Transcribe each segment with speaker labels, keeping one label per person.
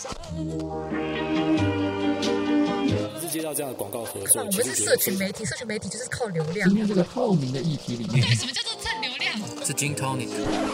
Speaker 1: 是接到这样的广告合作，
Speaker 2: 我们是社群媒体，社群媒体就是靠流量。
Speaker 3: 今天这个透明的议题里面，
Speaker 2: 对，什么叫做蹭流量？
Speaker 1: 是 Gin Tonic。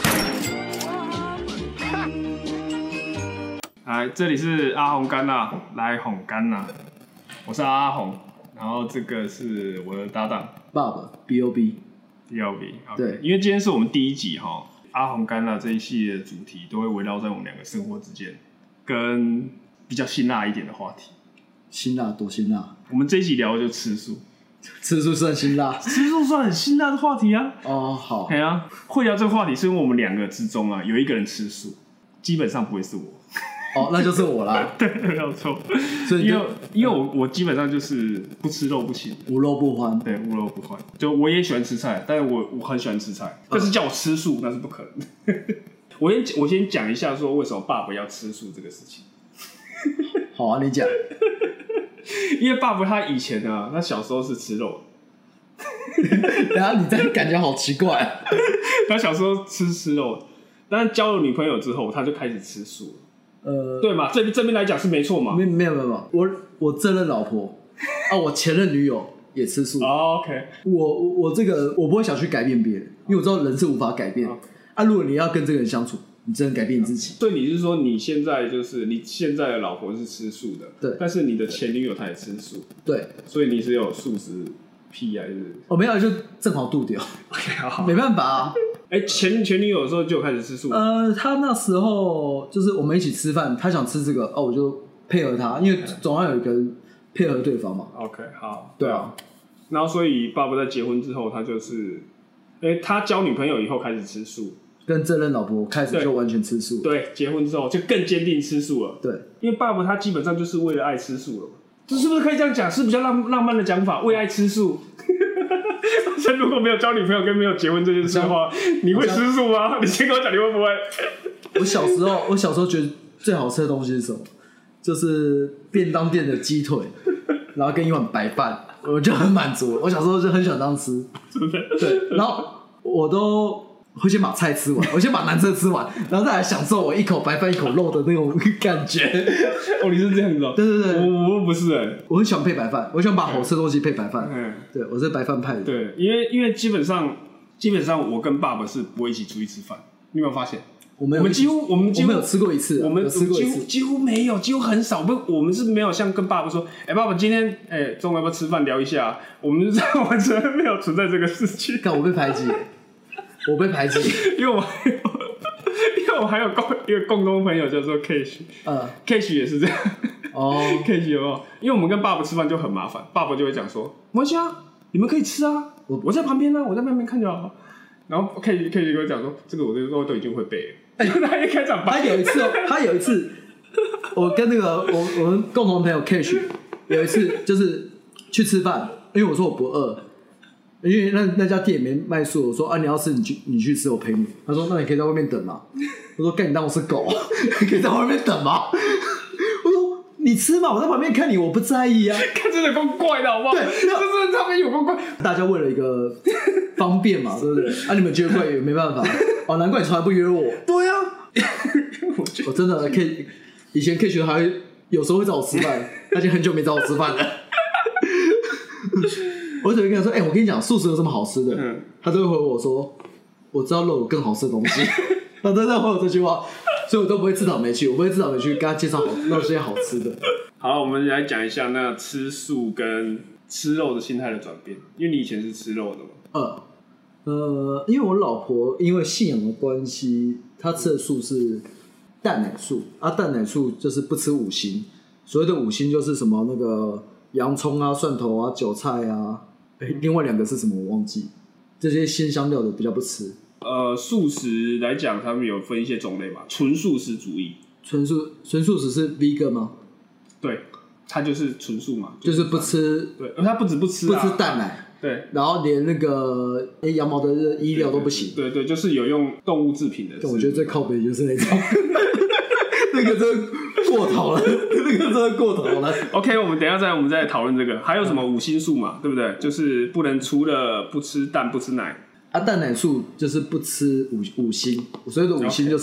Speaker 4: 来，这里是阿红干呐，来红干呐，我是阿红，然后这个是我的搭档
Speaker 3: 爸爸 B.O.B.
Speaker 4: D.O.B.
Speaker 3: 对，
Speaker 4: 因为今天是我们第一集哈，阿红干呐这一系列的主题都会围绕在我们两个生活之间，跟比较辛辣一点的话题。
Speaker 3: 辛辣多辛辣？
Speaker 4: 我们这一集聊的就吃素，
Speaker 3: 吃素算辛辣？
Speaker 4: 吃素算很辛辣的话题啊。
Speaker 3: 哦，好。
Speaker 4: 对啊，会聊这个话题是因为我们两个之中啊，有一个人吃素，基本上不会是我。
Speaker 3: 哦，那就是我啦。
Speaker 4: 对，没有错。
Speaker 3: 所以
Speaker 4: 因为我基本上就是不吃肉不行，
Speaker 3: 无肉不欢。
Speaker 4: 对，无肉不欢。就我也喜欢吃菜，但是我很喜欢吃菜，但是叫我吃素那是不可能。我先讲一下说为什么爸爸要吃素这个事情。
Speaker 3: 好啊，你讲。
Speaker 4: 因为爸爸他以前啊，他小时候是吃肉。
Speaker 3: 等一下你这感觉好奇怪。
Speaker 4: 他小时候吃肉，但是交了女朋友之后，他就开始吃素了。对嘛？这边来讲是没错嘛。
Speaker 3: 没有，我这任老婆啊，我前任女友也吃素。
Speaker 4: 哦 OK，
Speaker 3: 我这个我不会想去改变别人，因为我知道人是无法改变。啊，如果你要跟这个人相处，你只能改变你自己。
Speaker 4: 所以你是说你现在的老婆是吃素的，对，但是你的前女友她也吃素，对，所以你是有素食癖还是？
Speaker 3: 没有，就正好度掉。
Speaker 4: OK， 好，
Speaker 3: 没办法啊。
Speaker 4: 前女友的时候就开始吃素。
Speaker 3: 他那时候就是我们一起吃饭，他想吃这个，我就配合他，因为总要有一个人配合对方嘛。
Speaker 4: OK， 好，
Speaker 3: 对啊。
Speaker 4: 然后所以爸爸在结婚之后，他就是，他交女朋友以后开始吃素。
Speaker 3: 跟这任老婆开始就完全吃素。
Speaker 4: 对，结婚之后就更坚定吃素了。
Speaker 3: 对，
Speaker 4: 因为爸爸他基本上就是为了爱吃素了嘛。这是不是可以这样讲？是比较浪漫的讲法，为爱吃素。如果没有交女朋友跟没有结婚这件事的话，你会吃素吗？你先跟我讲，你会不会？
Speaker 3: 我小时候觉得最好吃的东西是什么？就是便当店的鸡腿，然后跟一碗白饭，我就很满足。我小时候就很喜欢这样吃，对，然后我都会先把菜吃完，我先把难吃的吃完，然后再来享受我一口白饭一口肉的那种感觉。
Speaker 4: 哦，你是这样子哦？
Speaker 3: 对，
Speaker 4: 我不是
Speaker 3: 我很喜欢配白饭，我喜欢把好吃的东西配白饭。对，我是白饭派的。
Speaker 4: 对，因为基本上我跟爸爸是不会一起出去吃饭，你有没有发现？我们几乎
Speaker 3: 有吃过一次，
Speaker 4: 我们几乎没有，几乎很少。我们是没有像跟爸爸说，爸爸今天中午要不要吃饭聊一下？我们是完全没有存在这个事情。
Speaker 3: 看我被排挤。因为
Speaker 4: 我还有一个共同朋友叫做 Cash，Cash 也是这样。Cash 有没有？因为我们跟爸爸吃饭就很麻烦，爸爸就会讲说，没关系啊，你们可以吃啊，我在旁边啊，我在旁边看就好。然后 Cash 跟我讲说，这个我都已经会背了。他一开场
Speaker 3: 他有一次，我跟那个我们共同朋友 Cash 有一次就是去吃饭，因为我说我不饿。因为那家店里面卖素，我说你要吃你去吃，我陪你。他说那你可以在外面等嘛。我说干你当我是狗啊？你可以在外面等吗？我说你吃嘛，我在旁边看你，我不在意啊。
Speaker 4: 看真的够怪的好不好？对，这真的他们有够怪。
Speaker 3: 大家为了一个方便嘛，对不对？你们约会也没办法。难怪你从来不约我。
Speaker 4: 对啊，
Speaker 3: 我真的可以，以前 K 学还会有时候会找我吃饭，他已经很久没找我吃饭了。我只会跟他说：“我跟你讲，素食有什么好吃的？”他都会回我说：“我知道肉有更好吃的东西。”他都在回我这句话，所以我都不会自讨没趣。我不会自讨没趣，跟他介绍那些好吃的。
Speaker 4: 好，我们来讲一下那吃素跟吃肉的心态的转变。因为你以前是吃肉的嘛。
Speaker 3: 因为我老婆因为信仰的关系，她吃的素是蛋奶素啊，蛋奶素就是不吃五辛。所谓的五辛就是什么那个洋葱啊、蒜头啊、韭菜啊。另外两个是什么我忘记，这些鲜香料的比较不吃。
Speaker 4: 素食来讲，他们有分一些种类嘛，纯素食主义。
Speaker 3: 纯素食是 vegan 吗？
Speaker 4: 对，它就是纯素嘛，
Speaker 3: 就是不吃。
Speaker 4: 对，它不吃
Speaker 3: 蛋奶，
Speaker 4: 对，
Speaker 3: 然后连那个羊毛的衣料都不行。
Speaker 4: 对，就是有用动物制品的。
Speaker 3: 我觉得最靠北就是那种，那个真的过头了，那个真的过头了。
Speaker 4: OK， 我们等一下我们再讨论这个。还有什么五辛素嘛，对不对？就是不能除了不吃蛋不吃奶。
Speaker 3: 蛋奶素就是不吃五辛，所谓的五辛就是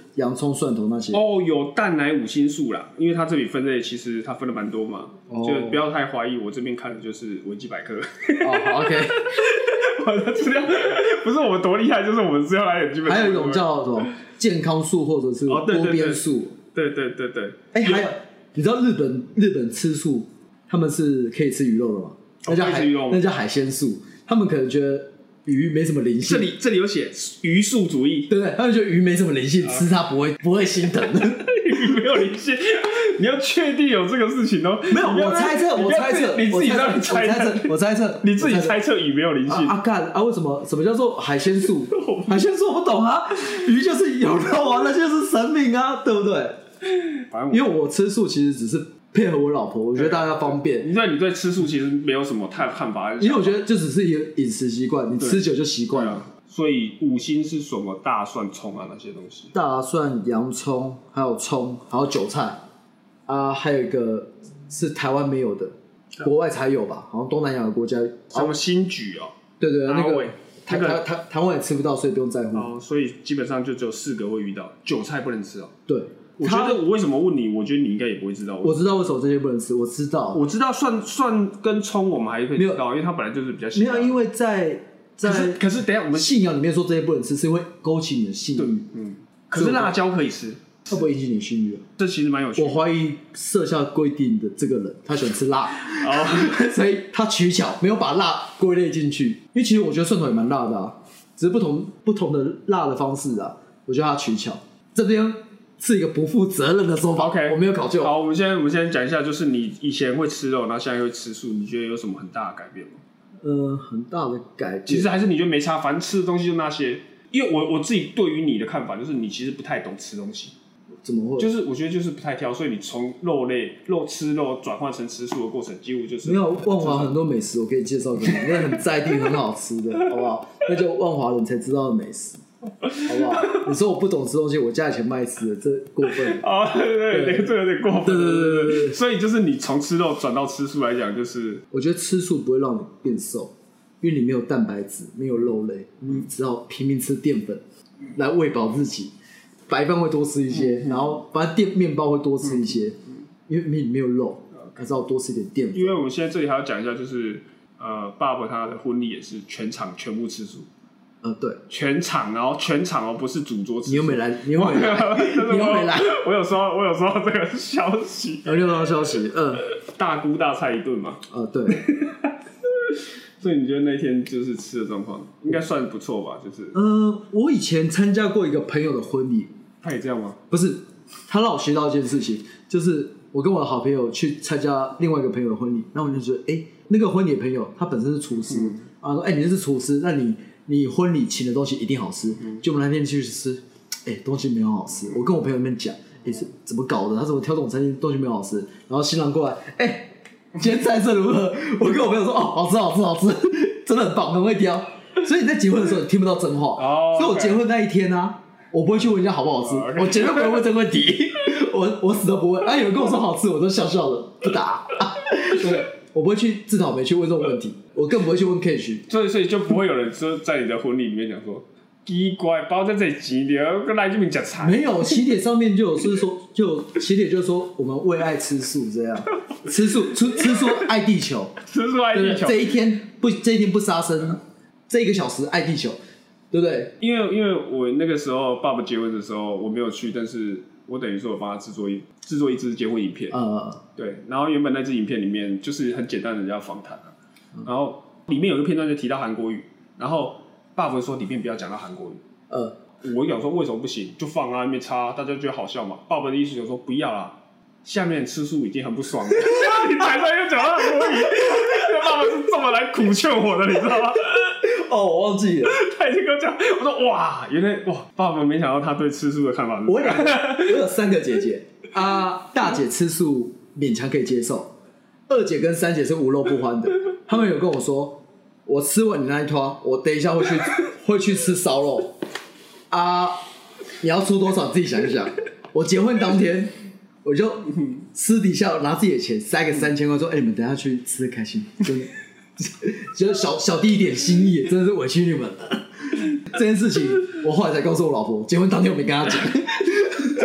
Speaker 3: 洋葱、蒜头那些。
Speaker 4: 哦，有蛋奶5星素啦，因为它这里分类其实它分了蛮多嘛，就不要太怀疑。我这边看的就是维基百科。
Speaker 3: 哦 ，OK。
Speaker 4: 我的资料不是我们多厉害，就是我们资料来源基本上。
Speaker 3: 还有一种叫什么健康素或者是多边素。
Speaker 4: 对。
Speaker 3: 还有你知道日本吃素，他们是可以吃鱼肉的吗？那叫海鲜素。他们可能觉得鱼没什么灵性。
Speaker 4: 这里有写鱼素主义，
Speaker 3: 对不对？他们觉得鱼没什么灵性，吃它不会心疼。
Speaker 4: 鱼没有灵性，你要确定有这个事情哦。
Speaker 3: 没有，我猜测，
Speaker 4: 你自己让你猜测，你自己猜测鱼没有灵性
Speaker 3: 干为什么？什么叫做海鲜素？海鲜素我不懂啊，鱼就是有肉啊，那就是神明啊，对不对？因为我吃素其实只是配合我老婆，我觉得大家方便。
Speaker 4: 你对吃素其实没有什么太看法，
Speaker 3: 因为我觉得就只是一个饮食习惯，你吃久就习惯了。
Speaker 4: 所以5星是什么？大蒜、葱啊那些东西。
Speaker 3: 大蒜、洋葱，还有葱，还有韭菜啊，还有一个是台湾没有的，国外才有吧？好像东南亚的国家，
Speaker 4: 什么新菊哦？
Speaker 3: 对，那个台湾也吃不到，所以不用在乎。
Speaker 4: 哦，所以基本上就只有4个会遇到。韭菜不能吃哦。
Speaker 3: 对。
Speaker 4: 我觉得我为什么问你？我觉得你应该也不会知道。
Speaker 3: 我知道为什么这些不能吃，我知道
Speaker 4: 蒜跟葱我们还可以知道，因为它本来就是比较辛辣。
Speaker 3: 没有，因为在
Speaker 4: 可是等一下我们
Speaker 3: 信仰里面说这些不能吃，是会勾起你的性欲。
Speaker 4: 可是辣椒可以吃，
Speaker 3: 会不会引起你的性欲啊？
Speaker 4: 这其实蛮有趣的。
Speaker 3: 我怀疑设下规定的这个人，他喜欢吃辣，所以他取巧没有把辣归类进去。因为其实我觉得蒜头也蛮辣的啊，只是不同的辣的方式啊。我觉得他取巧，这边是一个不负责任的说法。
Speaker 4: OK，
Speaker 3: 我没有考究。
Speaker 4: 好，我们先讲一下，就是你以前会吃肉，然后现在会吃素，你觉得有什么很大的改变吗？
Speaker 3: 很大的改变。
Speaker 4: 其实还是你觉得没差，反正吃的东西就那些。因为我自己对于你的看法就是，你其实不太懂吃东西。
Speaker 3: 怎么会？
Speaker 4: 就是我觉得就是不太挑，所以你从吃肉转换成吃素的过程，几乎就是
Speaker 3: 没有。万华很多美食我可以介绍给你，那很在地、很好吃的，好不好？那就万华人才知道的美食。好不好？你说我不懂吃东西，我家以前卖吃的，这过分
Speaker 4: 啊！对，这有点过分。
Speaker 3: 对。
Speaker 4: 所以就是你从吃肉转到吃素来讲，就是
Speaker 3: 我觉得吃素不会让你变瘦，因为你没有蛋白质，没有肉类，你只好拼命吃淀粉来喂饱自己。白饭会多吃一些，然后反正面包会多吃一些，因为你没有肉，还是要多吃一点淀粉。
Speaker 4: 因为我们现在这里还要讲一下，就是爸爸他的婚礼也是全场全部吃素。
Speaker 3: 对，
Speaker 4: 全场，然后全场不是主桌吃素。
Speaker 3: 你又没来，
Speaker 4: 我有收到这个消息，
Speaker 3: 有收到消息，
Speaker 4: 大姑大菜一顿嘛。
Speaker 3: 对。
Speaker 4: 所以你觉得那天就是吃的状况应该算不错吧？就是，
Speaker 3: 我以前参加过一个朋友的婚礼，
Speaker 4: 他也这样吗？
Speaker 3: 不是，他让我学到一件事情，就是我跟我的好朋友去参加另外一个朋友的婚礼，然后我就觉得，那个婚礼的朋友他本身是厨师，说，你是厨师，那你婚礼请的东西一定好吃，就我们那天去吃，东西没有好吃，我跟我朋友那边讲，是怎么搞的？他怎么挑这种餐厅东西没有好吃？然后新郎过来，今天菜色如何？我跟我朋友说，好吃，真的很棒，很会挑。所以你在结婚的时候你听不到真话，所以我结婚那一天啊，我不会去问人家好不好吃，我绝对不会问这个问题，我死都不会。有人跟我说好吃，我都笑笑的不答。对，我不会去自讨没趣问这种问题，我更不会去问 Cash。
Speaker 4: 所以就不会有人说在你的婚礼里面讲说。奇怪，包在这里钱了，跟来这边吃菜。
Speaker 3: 没有，喜帖上面就有说，喜帖就说我们为爱吃素这样，吃素爱地球，
Speaker 4: 吃素爱地球。
Speaker 3: 这一天不殺生，这1个小时爱地球，对不对？
Speaker 4: 因为我那个时候爸爸结婚的时候我没有去，但是我等于说我帮他制作一支结婚影片，对，然后原本那支影片里面就是很简单的人家访谈，然后里面有一个片段就提到韩国语，然后。爸爸说里面不要讲到韩国语，我讲说为什么不行？就放啊，那边插，大家觉得好笑嘛。爸爸的意思就是说不要啦，下面吃素已经很不爽了，你台上又讲到韩国语，爸爸是这么来苦劝我的，你知道吗？
Speaker 3: 我忘记了，
Speaker 4: 他已经跟我讲，我说哇，原来哇，爸爸没想到他对吃素的看法是。
Speaker 3: 我有3个姐姐大姐吃素勉强可以接受，2姐跟3姐是无肉不欢的，他们有跟我说。我吃完你那一坨，我等一下会去吃烧肉你要出多少自己想一想。我结婚当天，我就私底下拿自己的钱塞个3000块，说：“你们等一下去吃得开心，真的，就小弟一点心意，真的是委屈你们了。”这件事情我后来才告诉我老婆，结婚当天我没跟她讲。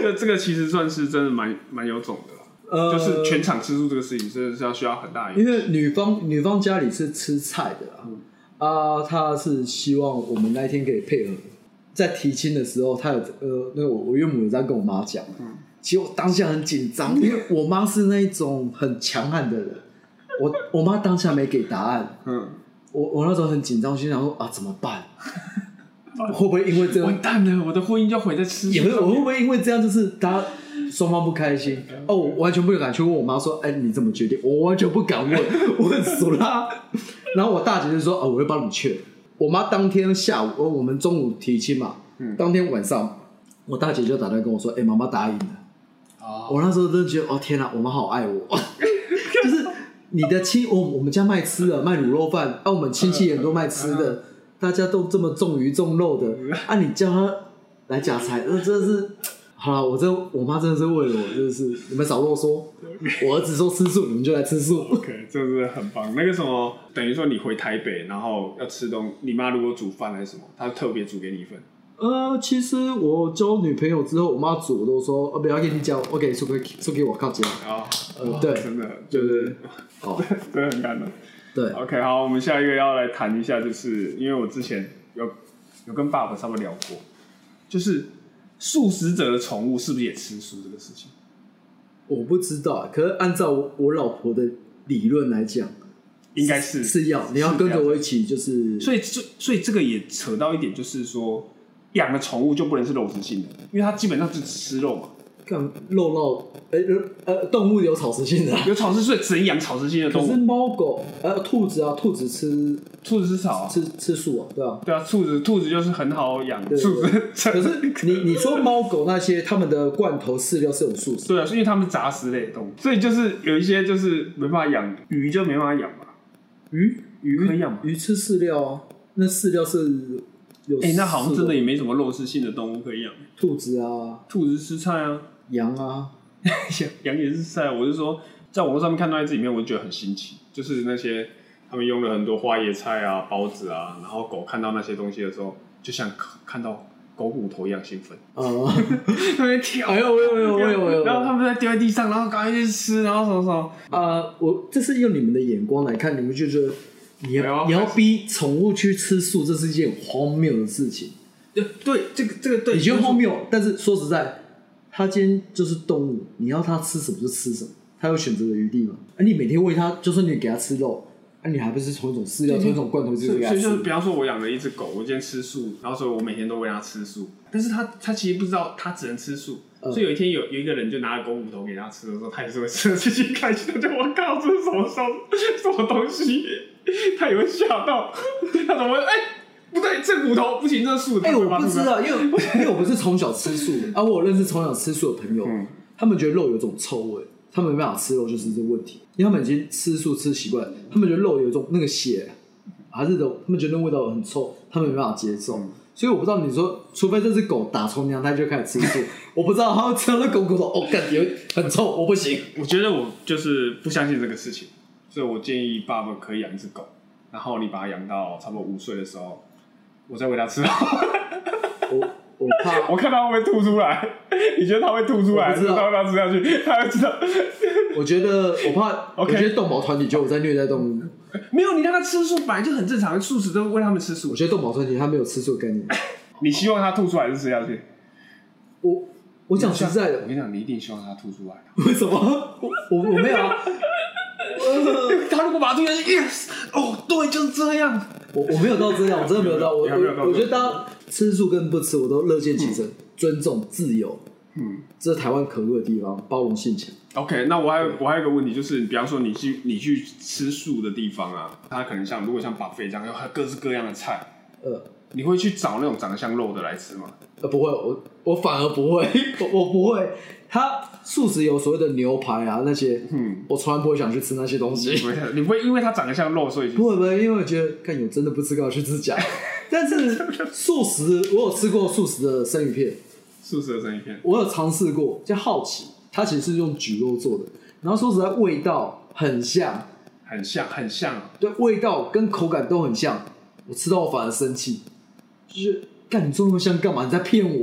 Speaker 4: 这个其实算是真的蛮有种的。就是全场吃素这个事情，真的是需要很大的，
Speaker 3: 因为女方家里是吃菜的她是希望我们那一天可以配合。在提亲的时候，她有那个我岳母有在跟我妈讲，其实我当下很紧张，因为我妈是那一种很强悍的人，我妈当下没给答案，我那时候很紧张，我心想说怎么办？会不会因为这样
Speaker 4: 完蛋了？我的婚姻就毁在吃素？
Speaker 3: 我会不会因为这样就是大家双方不开心？我完全不敢去问我妈说，你怎么决定？我完全不敢问，我很俗啦。然后我大姐就说，我会帮你劝。我妈当天下午，我们中午提亲嘛，当天晚上，我大姐就打电话跟我说，妈妈答应了。我那时候真的觉得，天哪，我妈好爱我，就是你的亲，我们家卖吃的，卖卤肉饭，我们亲戚也很多卖吃的。大家都这么重鱼重肉的你叫他来夹菜，真的是好了。我妈真的是为了我，真的是你们少啰嗦。我儿子说吃素，你们就来吃素。
Speaker 4: OK， 这是很棒。那个什么，等于说你回台北，然后要吃你妈如果煮饭还是什么，她特别煮给你一份。
Speaker 3: 其实我交女朋友之后，我妈煮我都说不要给你教，我给你出给我靠家。对，
Speaker 4: 真的就是真的很感动。
Speaker 3: 对
Speaker 4: ，OK， 好，我们下一个要来谈一下，就是因为我之前有跟爸爸差不多聊过，就是素食者的宠物是不是也吃素这个事情？
Speaker 3: 我不知道，可是按照我老婆的理论来讲，
Speaker 4: 应该是
Speaker 3: 要你要跟着我一起，就是
Speaker 4: 所以这个也扯到一点，就是说养的宠物就不能是肉食性的，因为它基本上只吃肉嘛。
Speaker 3: 肉动物有草食性的
Speaker 4: 有草食，所以只能养草食性的动物。
Speaker 3: 可是猫狗兔子
Speaker 4: 兔子吃草
Speaker 3: 吃素对啊。
Speaker 4: 对啊，兔子就是很好养。素食
Speaker 3: 可是你说猫狗那些，他们的罐头饲料是有素食。
Speaker 4: 对啊，是因为他们是杂食类的动物，所以就是有一些就是没办法养，鱼就没办法养嘛。鱼可以养吗？
Speaker 3: 鱼吃饲料那饲料是有。
Speaker 4: 那好像真的也没什么肉食性的动物可以养。
Speaker 3: 兔子
Speaker 4: 吃菜啊。
Speaker 3: 羊
Speaker 4: 羊也是菜。我是说，在网络上面看到一支影片，我就觉得很新奇，就是那些他们用了很多花椰菜啊、包子啊，然后狗看到那些东西的时候，就像看到狗骨头一样兴奋，那边跳，
Speaker 3: 哎呦，
Speaker 4: 然后他们在丢在地上，然后赶快去吃，然后什么
Speaker 3: 我这是用你们的眼光来看，你们就觉得你要逼宠物去吃素，这是一件很荒谬的事情。
Speaker 4: 对，这个对，
Speaker 3: 你觉得荒谬，但是说实在。它今天就是动物，你要它吃什么就吃什么，它有选择的余地嘛？你每天喂它，就算你给它吃肉，你还不是同一种饲料、同一种罐头就给它吃？
Speaker 4: 所以比方说，我养了一只狗，我今天吃素，然后所以我每天都喂它吃素，但是它其实不知道它只能吃素，所以有一天有一个人就拿了狗骨头给它吃的时候，它也是会吃的津津开心的，就我靠，这是什么东西？它也会吓到，它怎么不对，这骨头不行，这素的。
Speaker 3: 我不知道，因为我不是从小吃素的，我有认识从小吃素的朋友，他们觉得肉有种臭味，他们没办法吃肉，就是这个问题。因为他们已经吃素吃习惯，他们觉得肉有一种那个血还是他们觉得那味道很臭，他们没办法接受。所以我不知道你说，除非这只狗打从娘胎就开始吃素，我不知道它会吃到那狗骨头，感觉很臭，我不行。
Speaker 4: 我觉得我就是不相信这个事情，所以我建议爸爸可以养一只狗，然后你把它养到差不多5岁的时候。我再喂它吃
Speaker 3: 我怕，
Speaker 4: 我看它会不会吐出来？你觉得它会吐出来？
Speaker 3: 我不知道，
Speaker 4: 让它吃下去，它会知道。
Speaker 3: 我觉得我怕，有些动保团体觉得我在虐待动物。
Speaker 4: 没有，你让它吃素本来就很正常，素食都喂他们吃素。
Speaker 3: 我觉得动保团体他没有吃素的概念。
Speaker 4: 你希望它吐出来还是吃下去？
Speaker 3: 我讲实在的，
Speaker 4: 我跟你讲，你一定希望它吐出来。
Speaker 3: 为什么？我没有啊。
Speaker 4: 他如果把它吐下去 ，yes， 对，就是这样。
Speaker 3: 我没有到这样，我真的没有到。我觉得大家吃素跟不吃，我都乐见其成，尊重自由。这是台湾可贵的地方，包容性强。
Speaker 4: OK， 那我还有一个问题，就是比方说你去吃素的地方啊，它可能如果像 buffet 这样，有各式各样的菜，你会去找那种长得像肉的来吃吗？
Speaker 3: 不会，我反而不会，我不会。它素食有所谓的牛排啊那些，我从来不会想去吃那些东西。
Speaker 4: 你不会因为它长得像肉所以
Speaker 3: 不会，因为我觉得看有真的不吃干嘛去吃假。但是素食我有吃过素食的生鱼片，我有尝试过，就好奇，它其实是用蒟肉做的，然后说实在味道很像，对，味道跟口感都很像，我吃到我反而生气，就是干你做那么像干嘛？你在骗我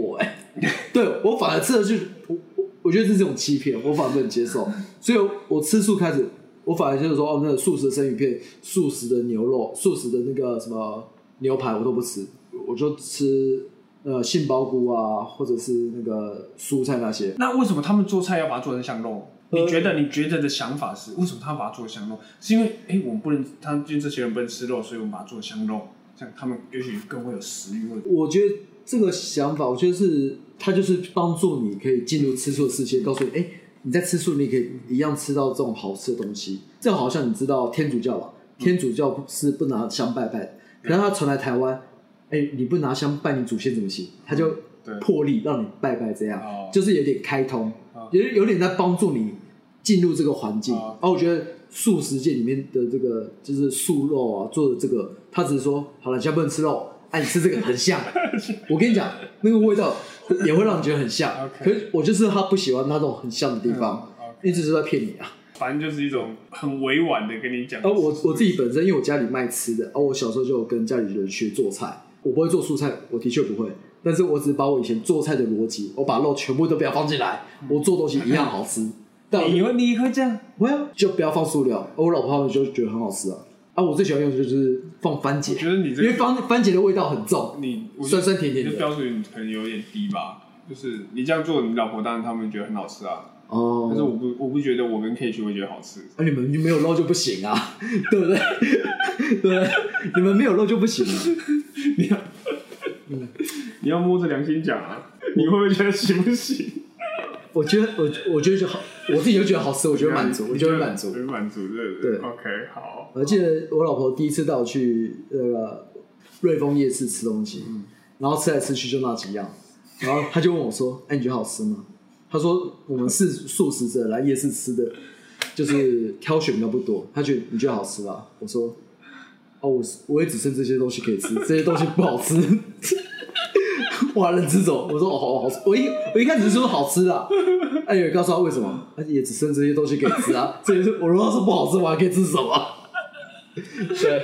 Speaker 3: 对我反而吃的是我觉得这是一种欺骗，我反而不能接受。所以我吃素开始，我反而就是说那个素食的生鱼片、素食的牛肉、素食的那个什么牛排我都不吃，我就吃杏鲍菇啊，或者是那个蔬菜那些。
Speaker 4: 那为什么他们做菜要把它做成像肉？你觉得的想法是为什么他们把它做成像肉？是因为我们不能，他们这些人不能吃肉，所以我们把它做成像肉，这样他们也许更会有食欲。
Speaker 3: 我觉得这个想法，我觉得是它就是帮助你可以进入吃素的世界，告诉你，你在吃素，你可以一样吃到这种好吃的东西。这好像你知道天主教吧？天主教是不拿香拜拜，可是他传来台湾，你不拿香拜你祖先怎么行？他就破例让你拜拜，这样就是有点开通，有点在帮助你进入这个环境。我觉得素食界里面的这个就是素肉啊做的这个，他只是说好了，你现在不能吃肉，你吃这个很像。我跟你讲，那个味道也会让你觉得很像。可是我就是他不喜欢那种很像的地方，一直是在骗你啊。
Speaker 4: 反正就是一种很委婉的跟你讲。
Speaker 3: 我自己本身，因为我家里卖吃的，我小时候就有跟家里人学做菜。我不会做蔬菜，我的确不会，但是我只是把我以前做菜的逻辑，我把肉全部都不要放进来，我做东西一样好吃。
Speaker 4: 你会这样？
Speaker 3: 会啊，就不要放塑料。我老婆他们就觉得很好吃啊。我最喜欢用的就是放番茄，
Speaker 4: 我觉得你
Speaker 3: 因为番茄的味道很重，酸酸甜甜的。
Speaker 4: 你的标准可能有点低吧？就是你这样做，你老婆当然他们觉得很好吃啊。但是我不觉得我跟 K 区会觉得好吃。
Speaker 3: 你们没有肉就不行啊，对不对？对，你们没有肉就不行啊。
Speaker 4: 你要摸着良心讲啊，你会不会觉得行不行？
Speaker 3: 我觉得就好，我自己就觉得好吃，我觉得满足，我觉得满足，
Speaker 4: 对。OK， 好。
Speaker 3: 我记得我老婆第一次带我去那个瑞丰夜市吃东西，然后吃来吃去就那几样，然后他就问我说：“你觉得好吃吗？”他说：“我们是素食者来夜市吃的，就是挑选比较不多。他觉得你觉得好吃吧？”我说：“我也只剩这些东西可以吃，这些东西不好吃。”哇，人之走，我说好吃，我一开始是说好吃啦，有人告诉他为什么，也只剩这些东西可以吃啊。这也是我如果是不好吃，我还可以吃什么？对，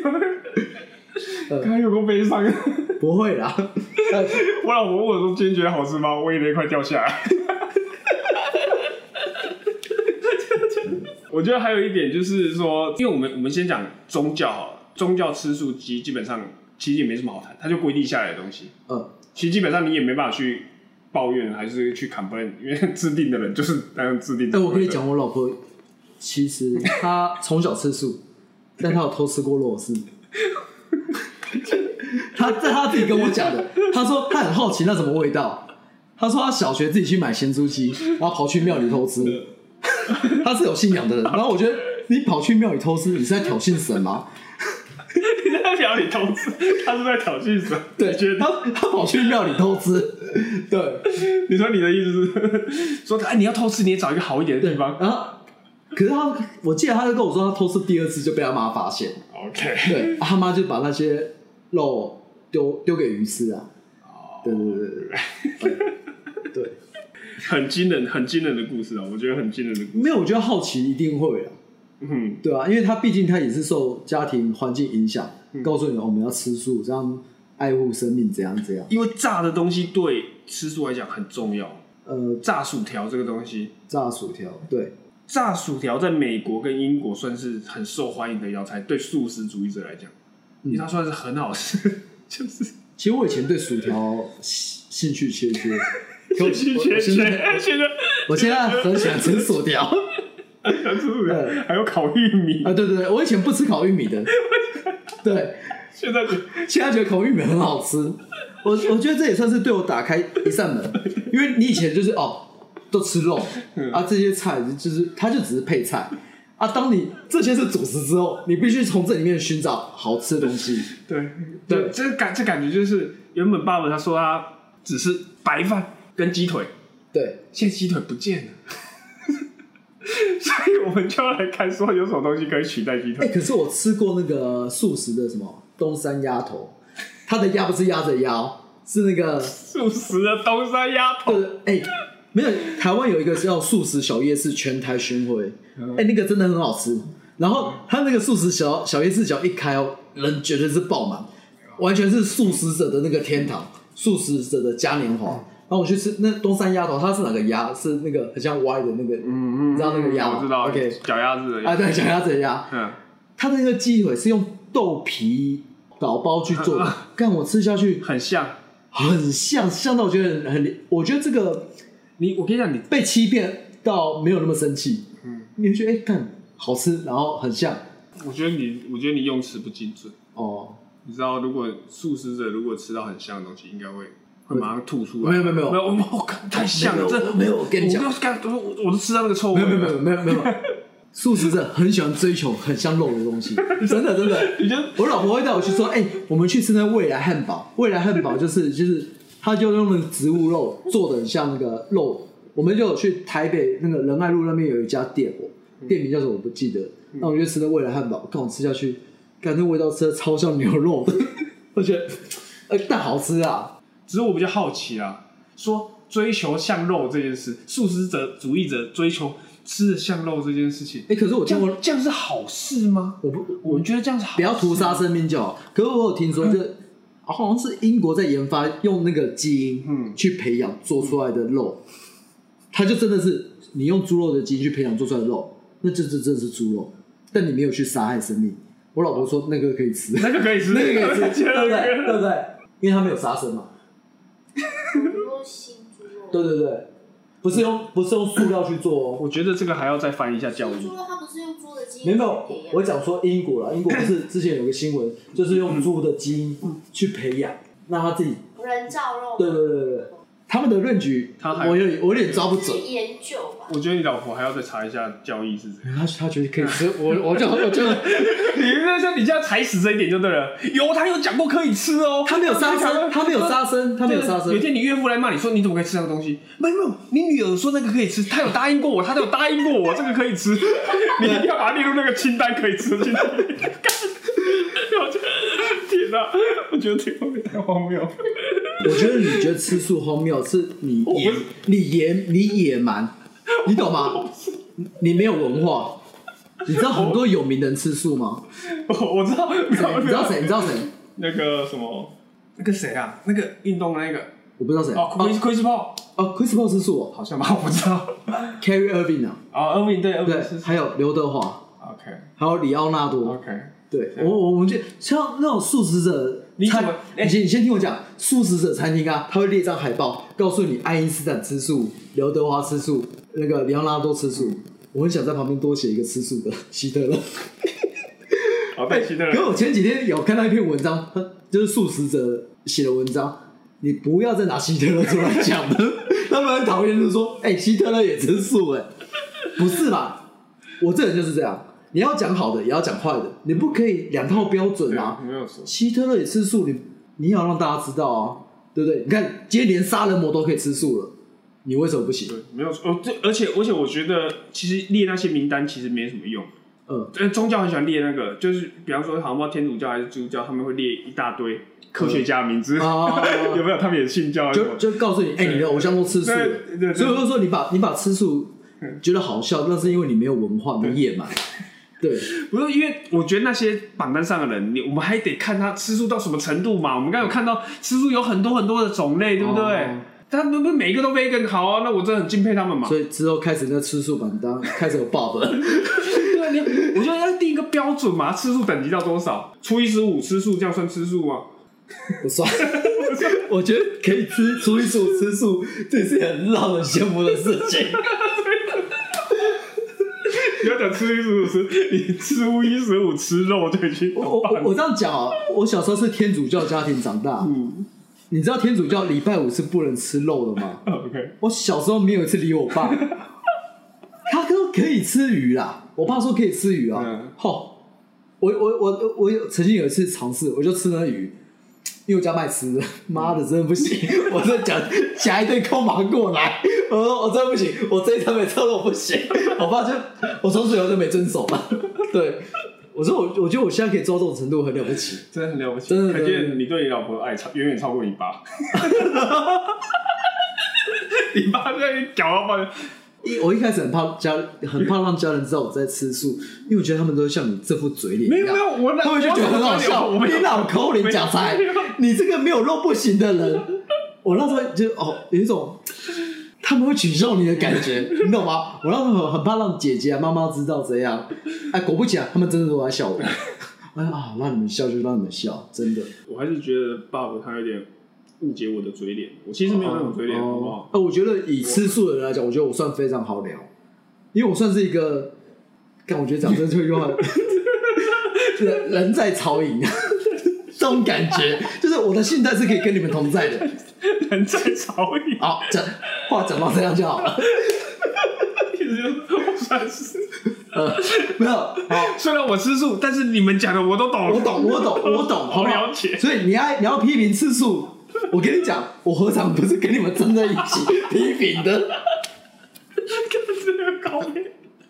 Speaker 4: 刚刚有够悲伤。
Speaker 3: 不会啦，
Speaker 4: 我老婆问我说今天觉得好吃吗？我眼泪快掉下来。我觉得还有一点就是说，因为我们先讲宗教好了，宗教吃素基本上其实也没什么好谈，它就规定下来的东西。其实基本上你也没办法去抱怨，还是去 complain， 因为制定的人就是那样制定的。
Speaker 3: 我跟你讲，我老婆其实她从小吃素，但她有偷吃过肉丝。她自己跟我讲的，她说她很好奇那什么味道。她说她小学自己去买咸酥鸡，然后跑去庙里偷吃。她是有信仰的人，然后我觉得你跑去庙里偷吃，你是在挑衅神吗？
Speaker 4: 你在庙里偷吃，他是在挑衅神。
Speaker 3: 对，他跑去庙里偷吃。对，
Speaker 4: 你说你的意思是说，你要偷吃，你也找一个好一点的地方。
Speaker 3: 然后，可是我记得他就跟我说，他偷吃第二次就被他妈发现。
Speaker 4: OK，
Speaker 3: 对，他妈就把那些肉丢给鱼吃啊。对，
Speaker 4: 很惊人的故事啊！我觉得很惊人的故事。
Speaker 3: 没有，我觉得好奇一定会啊。对啊，因为他毕竟他也是受家庭环境影响，告诉你我们要吃素，这样爱护生命，怎样。
Speaker 4: 因为炸的东西对吃素来讲很重要。炸薯条这个东西，
Speaker 3: 对，
Speaker 4: 炸薯条在美国跟英国算是很受欢迎的药材，对素食主义者来讲，因为它算是很好吃。就是，
Speaker 3: 其实我以前对薯条兴趣缺缺，我现在很喜欢吃薯条。
Speaker 4: 还有烤玉米
Speaker 3: 对，我以前不吃烤玉米的，对，现在觉得烤玉米很好吃，我觉得这也算是对我打开一扇门，因为你以前就是都吃肉这些菜就是它就只是配菜当你这些是主食之后，你必须从这里面寻找好吃的东西。对，
Speaker 4: 这感觉就是原本爸爸他说他只是白饭跟鸡腿，
Speaker 3: 对，
Speaker 4: 现在鸡腿不见了。所以我们就要来看说有什么东西可以取代鸡腿。
Speaker 3: 可是我吃过那个素食的什么东山鸭头，它的鸭不是鸭子的鸭，是那个
Speaker 4: 素食的东山鸭头。
Speaker 3: 没有，台湾有一个叫素食小夜市全台巡回，那个真的很好吃。然后它那个素食小夜市只要一开人绝对是爆满，完全是素食者的那个天堂，素食者的嘉年华。 然后我去吃那东山鸭头，它是哪个鸭？是那个很像歪的那个，你知道那个鸭吗？
Speaker 4: 我知道
Speaker 3: ，OK，
Speaker 4: 脚丫子的鸭，
Speaker 3: 对，脚丫子的鸭，它的那个鸡腿是用豆皮捣包去做的，干我吃下去
Speaker 4: 很像
Speaker 3: 到我觉得我觉得这个
Speaker 4: 我跟你讲，你
Speaker 3: 被欺骗到没有那么生气，你会觉得干好吃，然后很像。
Speaker 4: 我觉得你用词不精准
Speaker 3: 哦。
Speaker 4: 你知道，如果素食者如果吃到很像的东西，应该会马上吐出来。
Speaker 3: 没有，
Speaker 4: 我太像了，这
Speaker 3: 没有。我跟你讲，
Speaker 4: 我都吃到那个臭味。
Speaker 3: 没有。素食者很喜欢追求很像肉的东西，真的。我老婆会带我去说，我们去吃那未来汉堡。未来汉堡就是他就用那个植物肉做的很像那个肉。我们就有去台北那个仁爱路那边有一家店，店名叫什么我不记得。那我就吃那未来汉堡，看我吃下去。感觉味道吃的超像牛肉的，我觉得，但好吃啊。
Speaker 4: 只是我比较好奇啊，说追求像肉这件事，素食者主义者追求吃的像肉这件事情，
Speaker 3: 可是我听过
Speaker 4: 这样是好事吗？我觉得这样是好事，
Speaker 3: 不要屠杀生命就好。可是我有听说，好像是英国在研发用那个基因去培养做出来的肉，它就真的是你用猪肉的基因去培养做出来的肉，那真的是猪肉，但你没有去杀害生命。我老婆说那个可以吃，
Speaker 4: 那个可以吃，
Speaker 3: 对不对？因为它没有杀生嘛。对，不是用塑料去做哦。
Speaker 4: 我觉得这个还要再翻一下教育。
Speaker 5: 猪肉它不是用猪的基因？
Speaker 3: 没有，我讲说英国啦，英国不是之前有个新闻，就是用猪的基因去培养，让它自己
Speaker 5: 人造肉。
Speaker 3: 对。他们的论据，我有点抓不准。
Speaker 5: 是研究吧。
Speaker 4: 我觉得你老婆还要再查一下教义是怎样。
Speaker 3: 他觉得可以吃，我就
Speaker 4: 你现在踩死这一点就对了。他有讲过可以吃哦。
Speaker 3: 他没有杀生。
Speaker 4: 有一天你岳父来骂你说你怎么可以吃那个东西？没有，你女儿说那个可以吃，她有答应过我，这个可以吃，你一定要把它列入那个清单可以吃的清单。天哪，我觉得这个太荒谬。
Speaker 3: 我觉得你觉得吃素荒谬，是你野蛮，你懂吗？你没有文化。你知道很多有名的人吃素吗？
Speaker 4: 我知道，你知道
Speaker 3: 谁？
Speaker 4: 那个什么，那个谁啊？那个运动的那个，
Speaker 3: 我不知道谁。
Speaker 4: Chris Paul。Chris
Speaker 3: Paul 吃素
Speaker 4: 好像吧，我不知道。
Speaker 3: Kyrie Irving 啊。
Speaker 4: Irving 对，
Speaker 3: 还有刘德华。
Speaker 4: OK。
Speaker 3: 还有里奥纳多。
Speaker 4: OK。
Speaker 3: 对，我们觉得像那种素食者，你先听我讲，素食者餐厅啊，他会列张海报，告诉你爱因斯坦吃素，刘德华吃素，那个里奥纳多吃素。我很想在旁边多写一个吃素的希特勒。
Speaker 4: 好，对，希特勒。
Speaker 3: 可我前几天有看到一篇文章，就是素食者写的文章，你不要再拿希特勒出来讲了。他们很讨厌，就是说，希特勒也吃素，不是啦，我这人就是这样。你要讲好的，也要讲坏的，你不可以两套标准啊！
Speaker 4: 没有错。
Speaker 3: 希特勒也吃素，你要让大家知道啊，对不对？你看，今天连杀人魔都可以吃素了，你为什么不行？
Speaker 4: 对，没有错。而且我觉得，其实列那些名单其实没什么用。宗教很喜欢列那个，就是比方说，好像不知道天主教还是基督教，他们会列一大堆科学家的名字，有没有？他们也信教，
Speaker 3: 就告诉你，你的偶像都吃素，
Speaker 4: 对，
Speaker 3: 所以我就说，你把吃素觉得好笑，那是因为你没有文化，你野蛮。对，
Speaker 4: 不是因为我觉得那些榜单上的人，我们还得看他吃素到什么程度嘛。我们刚刚有看到吃素有很多很多的种类，对不对？他们不是每一个都vegan好啊，那我真的很敬佩他们嘛。
Speaker 3: 所以之后开始那吃素榜单开始有 bug。
Speaker 4: 对，我觉得要定一个标准嘛，吃素等级到多少？初一十五吃素，这样算吃素吗？
Speaker 3: 不算。我觉得可以吃初一十五吃素，这是很让人羡慕的事情。
Speaker 4: 不要讲吃素吃，你初一十五吃肉就已经
Speaker 3: 我这样讲啊，我小时候是天主教家庭长大，你知道天主教礼拜五是不能吃肉的吗？
Speaker 4: OK，
Speaker 3: 我小时候没有一次理我爸，他说可以吃鱼啦，我爸说可以吃鱼啊，我曾经有一次尝试，我就吃那鱼。因为我家卖吃的，妈的真的不行！我在夹一堆空麻过来，我说我真的不行，我这一餐没吃肉不行。我爸我从此以后就没遵守了。对，我说我觉得我现在可以做到这种程度很了不起，
Speaker 4: 真的很了不起，
Speaker 3: 真的。
Speaker 4: 可见你对你老婆的爱远远超过你爸。你爸在搞到爸。
Speaker 3: 我一开始很怕让家人知道我在吃素，因为我觉得他们都会像你这副嘴脸一样，他们就觉得很好笑。你老抠脸讲才，你这个没有肉不行的人， 我那时候就有一种他们会取笑你的感觉，你懂吗？我那时候很怕让姐姐啊、妈妈知道这样，果不其然，他们真的都在笑我。让你们笑就让你们笑，真的。
Speaker 4: 我还是觉得爸爸他有点误解我的嘴脸，我其实没有那种嘴脸，好不好？
Speaker 3: 我觉得以吃素的人来讲，我觉得我算非常好聊，因为我算是一个，我觉得讲这句话，人在曹营，这种感觉，就是我的心态是可以跟你们同在的。
Speaker 4: 人在曹营，
Speaker 3: 好，话讲到这样就好了。
Speaker 4: 意思就是我算是。
Speaker 3: 没有好，
Speaker 4: 虽然我吃素，但是你们讲的我都懂，
Speaker 3: 我懂，好
Speaker 4: 了解。
Speaker 3: 所以你要批评吃素，我跟你讲，我何尝不是跟你们站在一起批评的？
Speaker 4: 看这个高面，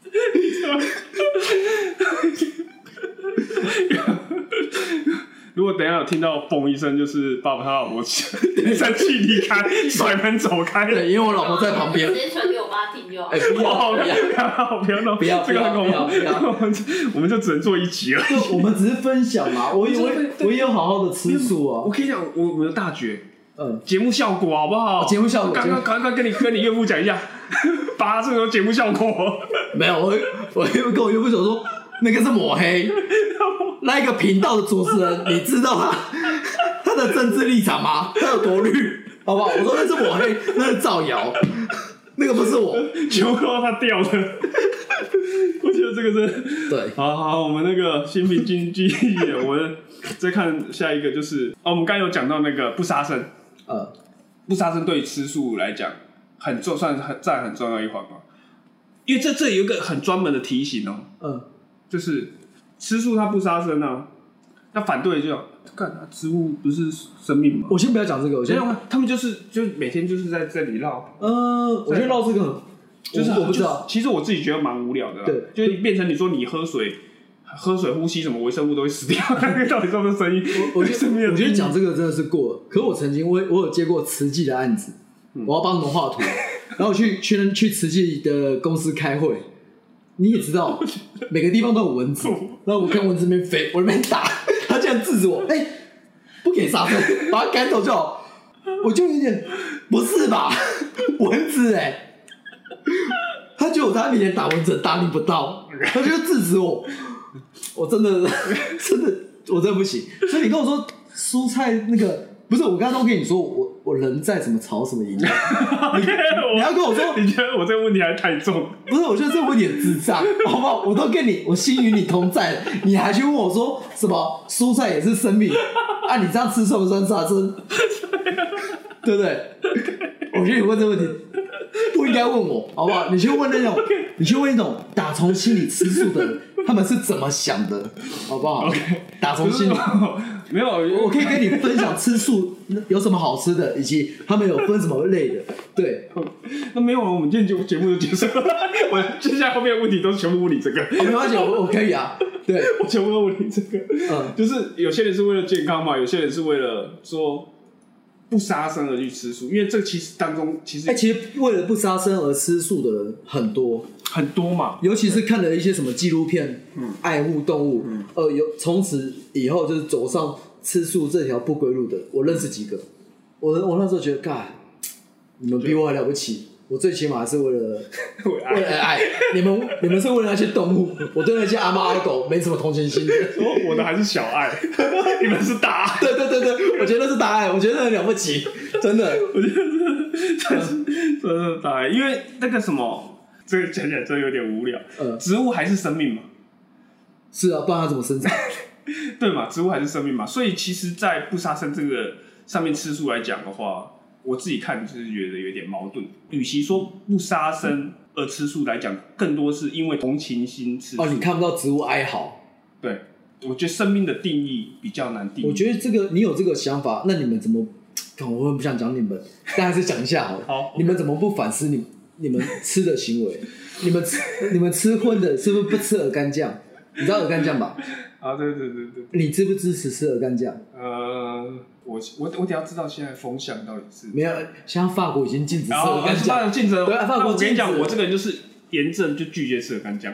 Speaker 4: 如果等一下有听到嘣一声，就是爸爸他老婆生气离开，甩门走开。
Speaker 3: 对，因为我老婆在旁边。
Speaker 5: 直接传给我妈听就好。
Speaker 3: 不要，
Speaker 4: 这个很恐怖。我们就只能做一集了。
Speaker 3: 我们只是分享嘛，我也有好好的吃素啊。
Speaker 4: 我跟你讲，我的大绝，节目效果好不好？
Speaker 3: 节目效果，
Speaker 4: 刚刚赶快跟你岳父讲一下，把这个节目效果。
Speaker 3: 没有，我跟我岳父说，那个是抹黑。那一个频道的主持人，你知道他的政治立场吗？他有多绿，好不好？我说那是抹黑，那是造谣，那个不是我，
Speaker 4: 全部都他掉的。我觉得这个是
Speaker 3: 对。
Speaker 4: 好，我们那个新平经济业，我们再看下一个就是我们刚才有讲到那个不杀生，不杀生对于吃素来讲算占很重要一环嘛，因为这有一个很专门的提醒就是吃素它不杀生啊，那反对就干植物不是生命吗？
Speaker 3: 我先不要讲这个，
Speaker 4: 他们就每天就是在这里绕，
Speaker 3: 我觉得绕这个就是我不知道，
Speaker 4: 其实我自己觉得蛮无聊的啦，
Speaker 3: 对，
Speaker 4: 就是变成你说你喝水呼吸什么微生物都会死掉，那个到底是不是生意？
Speaker 3: 我觉得讲这个真的是过了。可是我曾经我有接过慈济的案子，我要帮他们画图，然后我去慈济的公司开会。你也知道，每个地方都有蚊子，然后我看蚊子那边飞，我那边打，他竟然制止我，不给杀生，把他赶走就好。我就有点，不是吧？蚊子他觉得我在他面前打蚊子打你不到，他就制止我，我真的我真的不行。所以你跟我说蔬菜那个。不是，我刚刚都跟你说，我人在什么草什么营养，你要跟我说，
Speaker 4: 你觉得我这个问题还太重？
Speaker 3: 不是，我觉得这个问题很智障，好不好？我都跟你，我心与你同在，你还去问我说什么蔬菜也是生命啊？你这样吃算不算杀生？对不对？我觉得你问这个问题不应该问我，好不好？你去问那种打从心里吃素的人，他们是怎么想的，好不好？
Speaker 4: Okay.
Speaker 3: 打从心里。
Speaker 4: 没有，
Speaker 3: 我可以跟你分享吃素有什么好吃的，以及他们有分什么类的。对，
Speaker 4: 那没有了，我们今天节目就结束了。我接下来后面的问题都是全部问你这个。
Speaker 3: 没关系，我可以啊。对，
Speaker 4: 我全部都问你这个。就是有些人是为了健康嘛，有些人是为了说不杀生而去吃素，因为这其实当中其实
Speaker 3: 为了不杀生而吃素的人很多
Speaker 4: 嘛，
Speaker 3: 尤其是看了一些什么纪录片，爱护动物，从此以后就是走上吃素这条不归路的，我认识几个，我那时候觉得，干，你们比我还了不起，我最起码是为了爱，你们是为了那些动物，我对那些阿猫阿狗没什么同情心的。
Speaker 4: 我的还是小爱，你们是大爱。
Speaker 3: 对，我觉得是大爱，我觉得很了不起，真的，
Speaker 4: 我觉得真是大爱，因为那个什么，这个讲起来真的有点无聊。植物还是生命嘛？
Speaker 3: 是啊，不然它怎么生长？
Speaker 4: 对嘛，植物还是生命嘛，所以其实，在不杀生这个上面吃素来讲的话，我自己看就是觉得有点矛盾。与其说不杀生而吃素来讲，更多是因为同情心吃素。
Speaker 3: 你看不到植物哀嚎。
Speaker 4: 对，我觉得生命的定义比较难定义。
Speaker 3: 我觉得这个你有这个想法，那你们怎么？我很不想讲你们，但还是讲一下好了。
Speaker 4: 好，
Speaker 3: 你们怎么不反思你们吃的行为？你们吃荤的是不是不吃鹅肝酱？你知道鹅肝酱吧？
Speaker 4: 啊，对。
Speaker 3: 你支不支持吃鹅肝酱？
Speaker 4: 我得要知道现在风向到底是
Speaker 3: 没有，现在法国已经禁止吃鹅肝酱，
Speaker 4: 禁止了。
Speaker 3: 对，法国
Speaker 4: 我跟你讲，我这个人就是严正就拒绝吃鹅肝酱。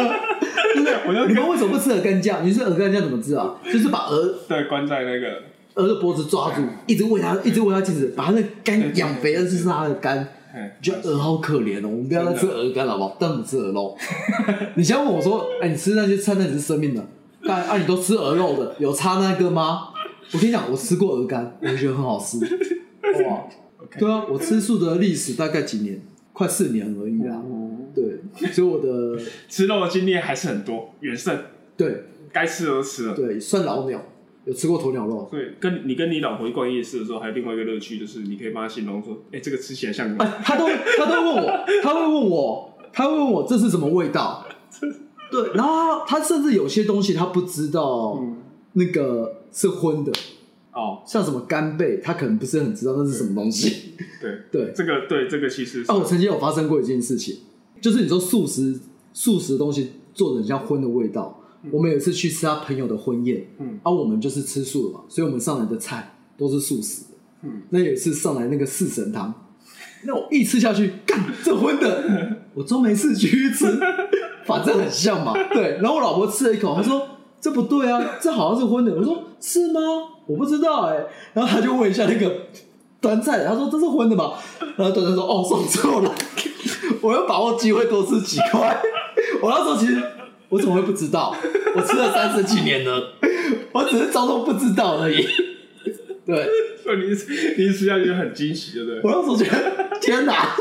Speaker 3: 你们为什么不吃鹅肝酱？你是鹅肝酱怎么治啊？就是把鹅
Speaker 4: 对关在那个
Speaker 3: 鹅的脖子抓住，一直喂它进食，把它的肝养肥，而是它的肝。觉得鹅好可怜哦，我们不要再吃鹅肝好不好？但我们吃鹅肉。你现在问我说，你吃那些菜那你是生命的，但你都吃鹅肉的，有差那个吗？我跟你讲，我吃过鹅肝，我觉得很好吃。哇，对啊，我吃素的历史大概几年，快4年而已啦。对，所以我的
Speaker 4: 吃肉的经验还是很多，远胜。
Speaker 3: 对，该
Speaker 4: 吃的都吃了。
Speaker 3: 对，算老鸟。有吃过鸵鸟肉，
Speaker 4: 对，跟你老婆去逛夜市的时候，还有另外一个乐趣，就是你可以帮她形容说，这个吃起来像什么？
Speaker 3: 他都会问我这是什么味道？对，然后他甚至有些东西他不知道，那个是荤的哦，像什么干贝，他可能不是很知道那是什么东西。对，
Speaker 4: 这个其实
Speaker 3: 我曾经有发生过一件事情，就是你说素食的东西做的很像荤的味道。我们有一次去吃他朋友的婚宴，我们就是吃素的嘛，所以我们上来的菜都是素食的。那有一次上来那个四神汤，那我一吃下去，干这荤的，我装没事继续吃，反正很像嘛。对，然后我老婆吃了一口，她说这不对啊，这好像是荤的。我说是吗？我不知道然后她就问一下那个端菜的，她说这是荤的吧？然后端菜说哦，送错了。我要把握机会多吃几块。我那时候其实。我怎么会不知道？我吃了30几年了，我只是装作不知道而已。对，
Speaker 4: 所以你吃下去就很惊喜，对不对？
Speaker 3: 我那时候觉得天哪，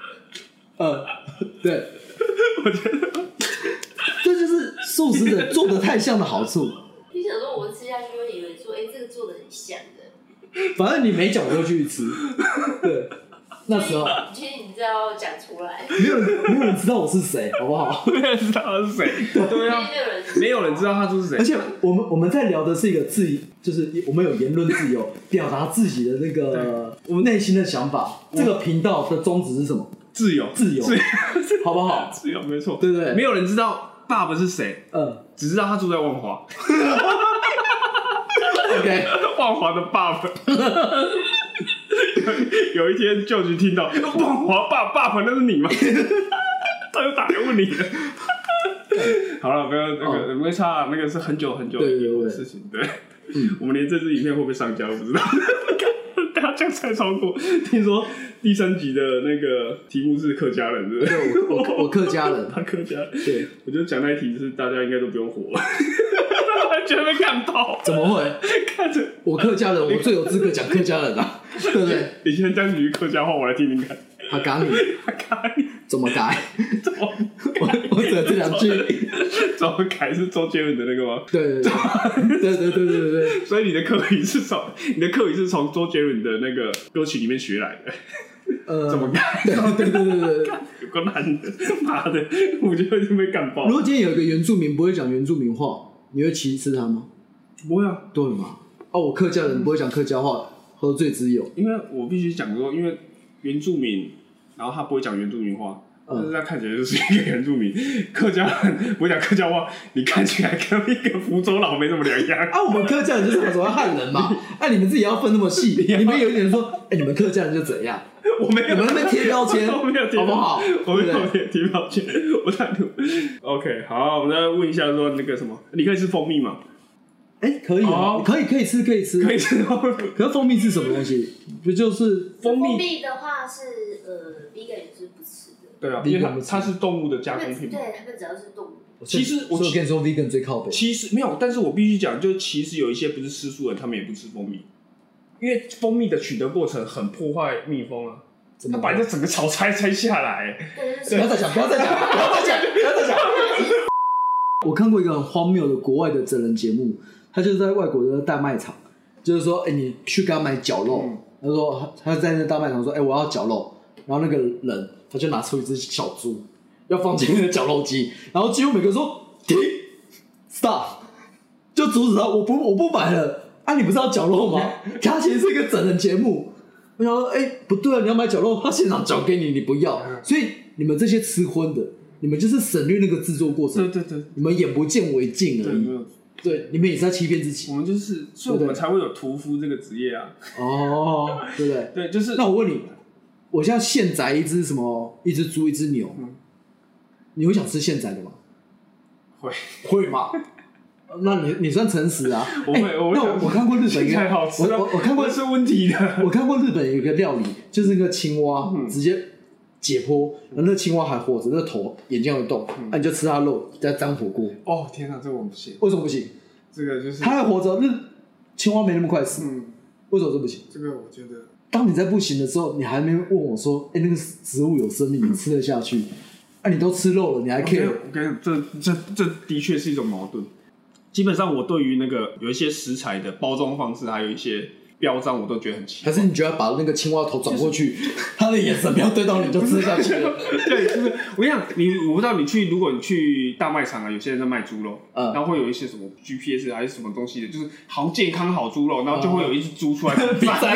Speaker 3: 对，我觉得这就是素食者做的太像的好处。
Speaker 5: 你想说我吃下去会以为说，这个做的很像的。
Speaker 3: 反正你没讲我就去吃，对。那时候，
Speaker 5: 其实你知道讲出来，
Speaker 3: 没有人知道我是谁，好不好？
Speaker 4: 没有人知道他是谁，对啊，没有人知道他是谁。
Speaker 3: 而且我们在聊的是一个就是我们有言论自由，表达自己的那个我们内心的想法。这个频道的宗旨是什么？
Speaker 4: 自由，
Speaker 3: 好不好？
Speaker 4: 自由，没错，
Speaker 3: 对不对？
Speaker 4: 没有人知道爸爸是谁，只知道他住在万华。
Speaker 3: OK，
Speaker 4: 万华的爸爸。有一天，舅舅听到万华爸爸，那是你吗？他就打来问你了。好了，不要那个没差，那个是很久很久的事情。对，我们连这支影片会不会上架都不知道。大家这样才超过。听说第3集的那个题目是客家人，对不
Speaker 3: 对？我客家人，
Speaker 4: 他客家人。
Speaker 3: 对，
Speaker 4: 我觉得讲那一题是大家应该都不用活了。完全被干爆！
Speaker 3: 怎么会？
Speaker 4: 看着
Speaker 3: 我客家人，我最有资格讲客家人啊，对不对？
Speaker 4: 你先讲几句客家话，我来听听看。
Speaker 3: 他改你，怎么改？我只有这2句。
Speaker 4: 怎么改是周杰伦的那个吗？
Speaker 3: 对。
Speaker 4: 所以你的客语是从周杰伦的那个歌曲里面学来的。怎么改？
Speaker 3: 对，
Speaker 4: 有个难的，妈的，我就已经被干爆。
Speaker 3: 如果今天有一个原住民不会讲原住民话，你会歧视他吗？
Speaker 4: 不会啊，
Speaker 3: 对嘛？我客家人不会讲客家话，何罪之有？
Speaker 4: 因为我必须讲说，因为原住民，然后他不会讲原住民话，但是他看起来就是一个原住民。客家人不会讲客家话，你看起来跟一个福州佬没什么两样。
Speaker 3: 我们客家人就是什么汉人嘛？你们自己要分那么细，你们有一点说，你们客家人就怎样？
Speaker 4: 我没有，
Speaker 3: 你们那边贴标签，
Speaker 4: 我没有贴，
Speaker 3: 好不好？
Speaker 4: 我没有贴标签，我太土。OK， 好，我们再问一下说那个什么，你可以吃蜂蜜吗？
Speaker 3: 可以啊，可以吃。可是蜂蜜是什么东西？不就是
Speaker 5: 蜂蜜的话是vegan 也是不吃的。
Speaker 4: 对啊，因为它是动物的加工品。
Speaker 5: 对，他们只要是动物。
Speaker 3: 其实我跟你说 vegan 最靠北。
Speaker 4: 其实没有，但是我必须讲，就其实有一些不是吃素的，他们也不吃蜂蜜，因为蜂蜜的取得过程很破坏蜜蜂啊。他把这整个巢拆下来。
Speaker 3: 不要再讲。我看过一个很荒谬的国外的真人节目，他就是在外国的大卖场，就是说，你去跟他买绞肉，他说他在那大卖场说，我要绞肉，然后那个人他就拿出一只小猪，要放进那个绞肉机，然后几乎每个人说停 ，stop， 就阻止他，我不买了，你不是要绞肉吗？他其实是一个整人节目，我想说，不对啊，你要买绞肉，他现场绞给你，你不要，所以你们这些吃荤的。你们就是省略那个制作过程，
Speaker 4: 对，
Speaker 3: 你们眼不见为净而已。对，你们也是在欺骗自己。
Speaker 4: 我们就是，所以我们才会有屠夫这个职业啊。
Speaker 3: 对不对？
Speaker 4: 对，就是。
Speaker 3: 那我问你，我现在现宰一只猪，一只牛，你会想吃现宰的吗？
Speaker 4: 会
Speaker 3: 吗？ 那你算诚实啊？
Speaker 4: 我
Speaker 3: 看过日本一个，我看过
Speaker 4: 是问题的。
Speaker 3: 我看过日本有一个料理，就是那个青蛙直接解剖，那个青蛙还活着，那个头眼睛有动，那你就吃它肉，再沾火锅。
Speaker 4: 哦天哪，这个我不行。
Speaker 3: 为什么不行？
Speaker 4: 这个就是
Speaker 3: 它还活着，那青蛙没那么快死。为什么这不行？
Speaker 4: 这个我觉得，
Speaker 3: 当你在不行的时候，你还没问我说，那个植物有生命，你吃得下去？你都吃肉了，你还 care？
Speaker 4: 我跟你讲，这的确是一种矛盾。基本上，我对于那个有一些食材的包装方式，还有一些标章，我都觉得很奇怪。
Speaker 3: 还是你觉得把那个青蛙头转过去，他的眼神不要对到你就吃下去了？
Speaker 4: 对，就是我跟你讲，我不知道如果你去大卖场啊，有些人在卖猪肉，然后会有一些什么 GPS 还是什么东西的，就是好健康好猪肉，然后就会有一只猪出来比赛。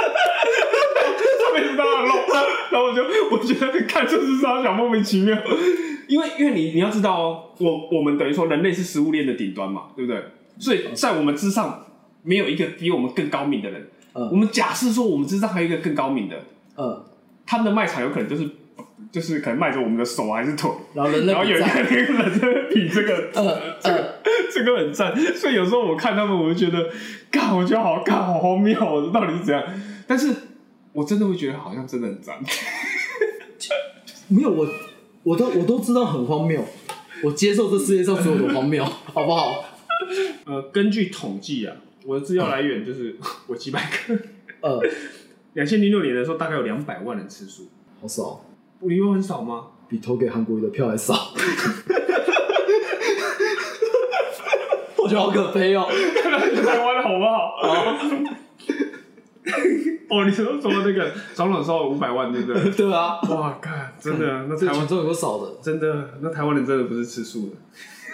Speaker 4: 上面是他的肉，然后我觉得看这是啥想莫名其妙，因为你要知道哦，我们等于说人类是食物链的顶端嘛，对不对？所以在我们之上没有一个比我们更高明的人。我们假设说我们之上还有一个更高明的，他们的卖场有可能就是可能卖着我们的手还是腿，
Speaker 3: 然后有
Speaker 4: 一个人在比这个，这个很赞。所以有时候我看他们，我就觉得，我觉得好荒谬哦，这到底是怎样？但是我真的会觉得好像真的很赞。
Speaker 3: 没有，我都知道很荒谬，我接受这世界上所有的荒谬，好不好？
Speaker 4: 根据统计啊，我的资料来源就是维基百科。2006年的时候，大概有200万人吃素，
Speaker 3: 好少。
Speaker 4: 你有很少吗？
Speaker 3: 比投给韩国瑜的票还少。我觉得好可悲哦。
Speaker 4: 台湾的好不好？哦，你说那个总统收500万，对不对？
Speaker 3: 对啊。
Speaker 4: 哇，看，真的，那台湾
Speaker 3: 中有个少的，
Speaker 4: 真的，那台湾人真的不是吃素的。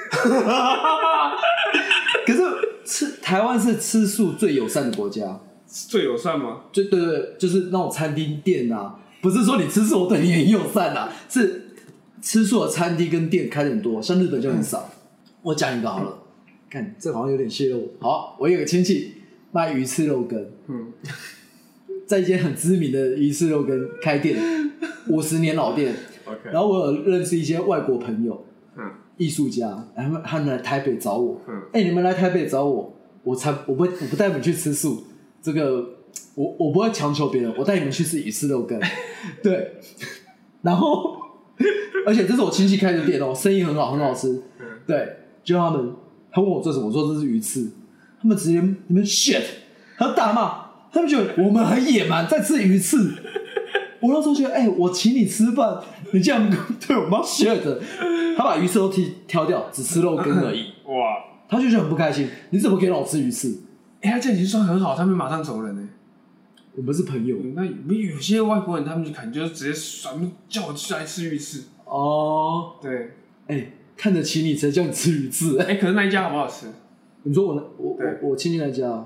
Speaker 3: 可是台湾是吃素最友善的国家。
Speaker 4: 最友善吗？
Speaker 3: 对，就是那种餐厅店啊，不是说你吃素我对你很友善啊，是吃素的餐厅跟店开的很多，像日本就很少。我讲一个好了，看这好像有点泄露。好，我有个亲戚卖鱼翅肉羹，在一间很知名的鱼翅肉羹开店，50年老店。
Speaker 4: Okay.
Speaker 3: 然后我有认识一些外国朋友，艺术家，他们来台北找我，你们来台北找我，我不带你们去吃素。这个我不会强求别人，我带你们去吃鱼翅肉羹，对，然后而且这是我亲戚开的店哦，生意很好，很好吃，对，就他问我做什么，我说这是鱼翅，他们直接你们 shit， 他大骂，他们觉得我们很野蛮，在吃鱼翅，我那时候觉得，我请你吃饭，你这样对我们 shit， 他把鱼翅都挑掉，只吃肉羹而已，
Speaker 4: 哇，
Speaker 3: 他就觉得很不开心，你怎么可以让我吃鱼翅？
Speaker 4: 他这已经算很好，他们马上走人呢。
Speaker 3: 我们是朋友。
Speaker 4: 那有些外国人，他们就可能就是直接甩，叫我去来吃鱼翅。
Speaker 3: 哦，
Speaker 4: 对，
Speaker 3: 看得起你才叫你吃鱼翅。
Speaker 4: 可是那一家好不好吃？
Speaker 3: 你说我亲戚那家，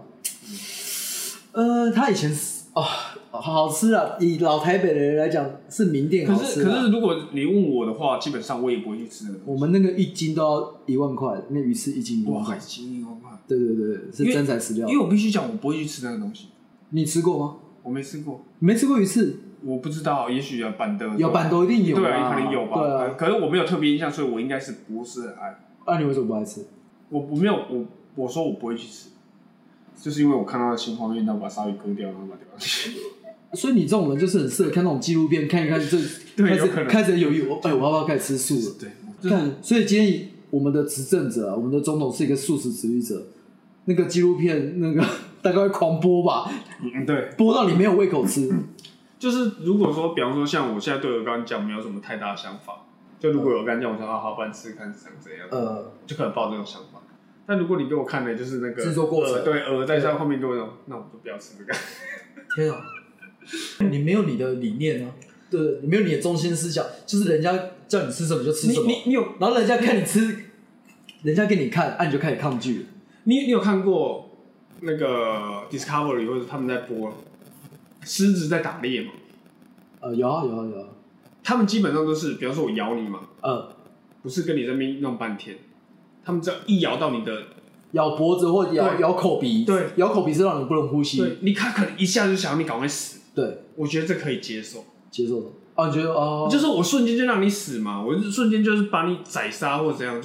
Speaker 3: 他以前好吃啊，以老台北的人来讲是名店好吃。
Speaker 4: 可是如果你问我的话，基本上我也不会去吃那个。
Speaker 3: 我们那个1斤都要1万块，那鱼翅1斤1万块。
Speaker 4: 1斤1万块。
Speaker 3: 对，是真材实料。
Speaker 4: 因为我必须讲，我不会去吃那个东西。
Speaker 3: 你吃过吗？
Speaker 4: 我没吃过。
Speaker 3: 没吃过鱼翅？
Speaker 4: 我不知道，也许有板豆。
Speaker 3: 有板豆一定有啊。
Speaker 4: 对啊，可能有吧。
Speaker 3: 对啊。
Speaker 4: 可是我没有特别印象，所以我应该是不是很爱。
Speaker 3: 那你为什么不爱吃？
Speaker 4: 我没有，我说我不会去吃，就是因为我看到的新画面，然后把鲨鱼割掉，然后把它丢上去。
Speaker 3: 所以你这种人就是很适合看那种纪录片，看一看就开始犹豫，我要不要开始吃素了？
Speaker 4: 对，
Speaker 3: 看，所以今天我们的执政者，我们的总统是一个素食主义者，那个纪录片那个大概会狂播吧？
Speaker 4: 对，
Speaker 3: 播到你没有胃口吃。
Speaker 4: 就是如果说，比方说像我现在对鹅肝酱没有什么太大的想法，就如果有鹅肝酱，我说好不然吃看长怎样，就可能抱这种想法。但如果你给我看的就是那个
Speaker 3: 制作过程，
Speaker 4: 对，鹅在上后面多种，那我就不要吃这个。
Speaker 3: 天啊！你没有你的理念啊，对，你没有你的中心思想，就是人家叫你吃什么就吃什么，
Speaker 4: 你有，
Speaker 3: 然后人家看你吃，人家给你看，你就开始抗拒了。
Speaker 4: 你有看过那个 Discovery 或者他们在播狮子在打猎吗？
Speaker 3: 有啊。
Speaker 4: 他们基本上都是，比方说我咬你嘛，不是跟你这边弄半天，他们只要一咬到你的。
Speaker 3: 咬脖子或咬口鼻，
Speaker 4: 对，
Speaker 3: 咬口鼻是让你不能呼吸。
Speaker 4: 对，你看可能一下就想要你赶快死。
Speaker 3: 对，
Speaker 4: 我觉得这可以接受。
Speaker 3: 接受的你觉得
Speaker 4: 就是我瞬间就让你死嘛，我瞬间就是把你宰杀或怎样，就是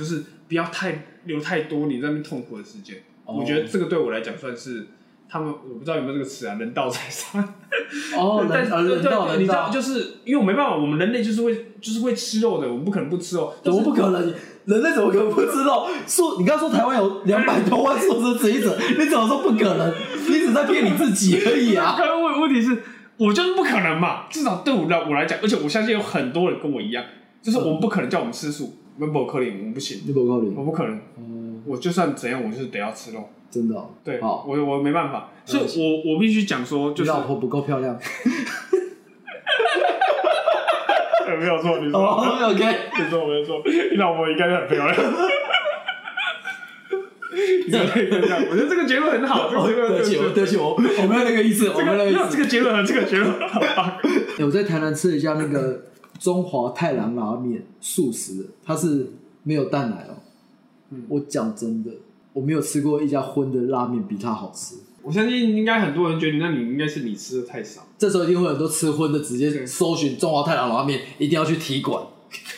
Speaker 4: 不要留太多你在那边痛苦的时间。我觉得这个对我来讲算是他们，我不知道有没有这个词啊，人道宰杀。人道，你知道，就是因为我没办法，我们人类就是会吃肉的，我们不可能不吃肉。
Speaker 3: 怎么不可能？人类怎么可能不吃肉？你刚说台湾有200多万素食主义者，你怎么说不可能？你只在骗你自己而已啊！
Speaker 4: 问题是，我就是不可能嘛。至少对我来讲，而且我相信有很多人跟我一样，就是我们不可能叫我们吃素，不可能，我们不行，我不可能。我就算怎样，我就是得要吃肉。真的、哦？对，我没办法，所以我必须讲说，就是
Speaker 3: 你老婆不够漂亮。
Speaker 4: 没有错，你说、
Speaker 3: OK，
Speaker 4: 你说我没错，你老婆应该很漂亮。我觉得这个结论很好，
Speaker 3: 对不起，我没有那个意思，我没有那个意思。
Speaker 4: 这个结论好棒。
Speaker 3: 我在台南吃了一家那个中华太郎拉面，素食的，它是没有蛋奶哦。我讲真的，我没有吃过一家荤的拉面比它好吃。
Speaker 4: 我相信应该很多人觉得，那你应该是你吃的太少。
Speaker 3: 这时候一定会有很多吃荤的直接搜寻中华太郎拉面，一定要去踢馆。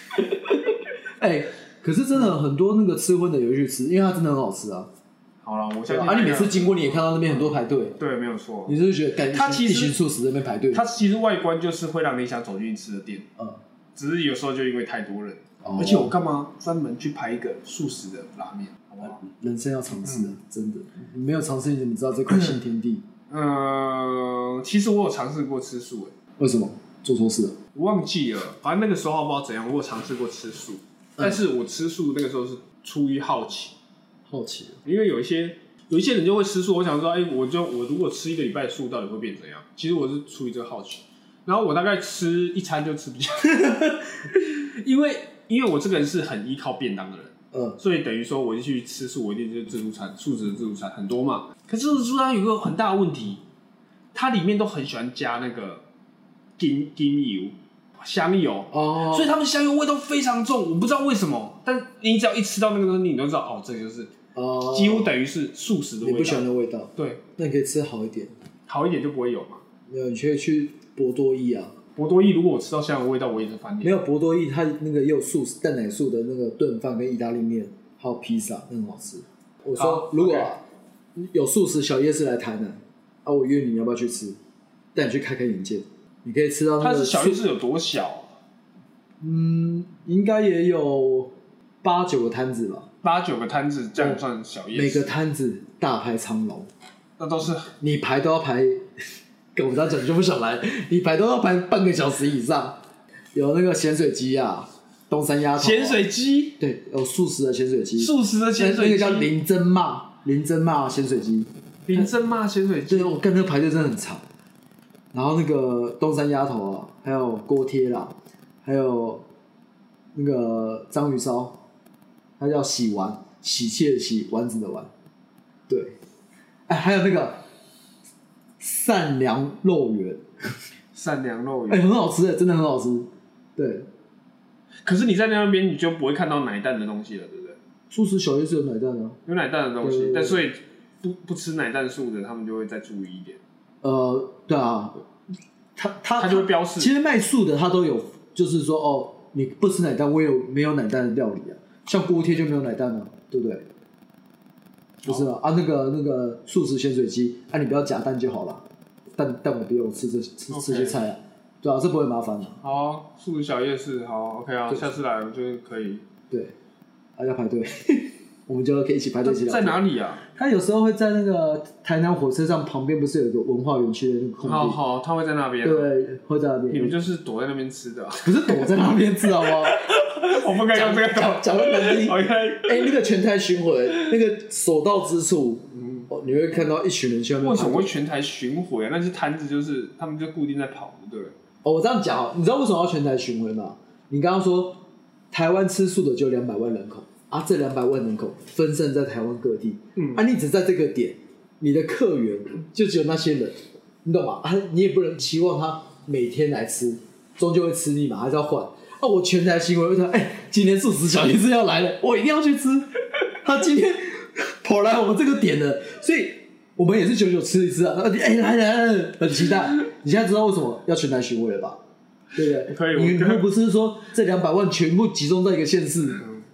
Speaker 3: 可是真的很多那个吃荤的有去吃，因为它真的很好吃啊。
Speaker 4: 好了，我相信。
Speaker 3: 你每次经过你也看到那边很多排队。
Speaker 4: 对，没有错。
Speaker 3: 你是不是觉得它其实一群素食在那边排队？
Speaker 4: 它其实外观就是会让你想走进去吃的店。只是有时候就因为太多人，而且我干嘛专门去排一个素食的拉面？好不好？
Speaker 3: 人生要尝试，真的。你没有尝试，你怎么知道这块新天地？
Speaker 4: 其实我有尝试过吃素。
Speaker 3: 为什么？做错事了？
Speaker 4: 我忘记了，反正那个时候不知道怎样，我有尝试过吃素。但是我吃素那个时候是出于好奇，因为有一些人就会吃素，我想说，我如果吃1个礼拜素，到底会变怎样？其实我是出于这个好奇，然后我大概吃一餐就吃不下，因为我这个人是很依靠便当的人，所以等于说我一去吃素，我一定就是自助餐，素质的自助餐很多嘛。可是自助餐有个很大的问题，它里面都很喜欢加那个金油。香油所以他们香油味都非常重，我不知道为什么，但你只要一吃到那个东西，你都知道这就是几乎等于是素食的味道。
Speaker 3: 你不喜欢的味道，对，那你可以吃好一点就不会有嘛。没有，你可以去博多意啊。博多意如果我吃到香油味道，我也是翻脸。没有，博多意它那个也有素蛋奶素的那个炖饭跟意大利面，还有披萨，那很好吃。我说如果有素食小夜市来台南我约你要不要去吃，带你去开眼界。你可以吃到那个。它是小夜市有多小？应该也有8、9个摊子吧。8、9个摊子，这样算小夜市。每个摊子大排长龙，那都是你排都要排，跟我这样讲就不想来。你排都要排半个小时以上。有那个咸水鸡啊，东山鸭头。咸水鸡？对，有素食的咸水鸡。素食的咸水鸡，那个叫林珍骂咸水鸡。林珍骂咸水鸡。对，我看那个排队真的很长。然后那个东山鸭头啊，还有锅贴啦，还有那个章鱼烧，它叫喜丸，喜气的喜，丸子的丸。对，还有那个善良肉圆，善良肉圆，很好吃真的很好吃。对，可是你在那边你就不会看到奶蛋的东西了，对不对？素食小夜市有奶蛋啊，有奶蛋的东西，但所以不吃奶蛋素的，他们就会再注意一点。对啊，他就会标示。其实卖素的他都有，就是说你不吃奶蛋，我有没有奶蛋的料理啊？像锅贴就没有奶蛋啊，对不对？不是啊，那个素食咸水鸡，你不要夹蛋就好了，但我不用吃这些菜啊，对啊，这不会麻烦的。好，素食小夜市，好 ，OK 啊，下次来我觉得可以。对，要排队。我们就可以一起排队一起聊。在哪里啊？他有时候会在那个台南火车站旁边，不是有一个文化园区的那个空地？好，他会在那边。对，会在那边。你们就是躲在那边吃的不是躲在那边吃，好不好？我不该用这个讲的难听。那个全台巡回，那个所到之处，你会看到一群人去那边。为什么会全台巡回啊？那些摊子就是他们就固定在跑，对不对？我这样讲，你知道为什么要全台巡回吗？你刚刚说台湾吃素的就200万人口。这200万人口分散在台湾各地，你只在这个点，你的客源就只有那些人，你懂吗？你也不能期望他每天来吃，终究会吃腻嘛，还是要换。我全台新闻会说，今天素食小夜市要来了，我一定要去吃。他今天跑来我们这个点了，所以我们也是久久吃一次啊。来，很期待。你现在知道为什么要全台巡回了吧？对不对？可以。你不是说这200万全部集中在一个县市？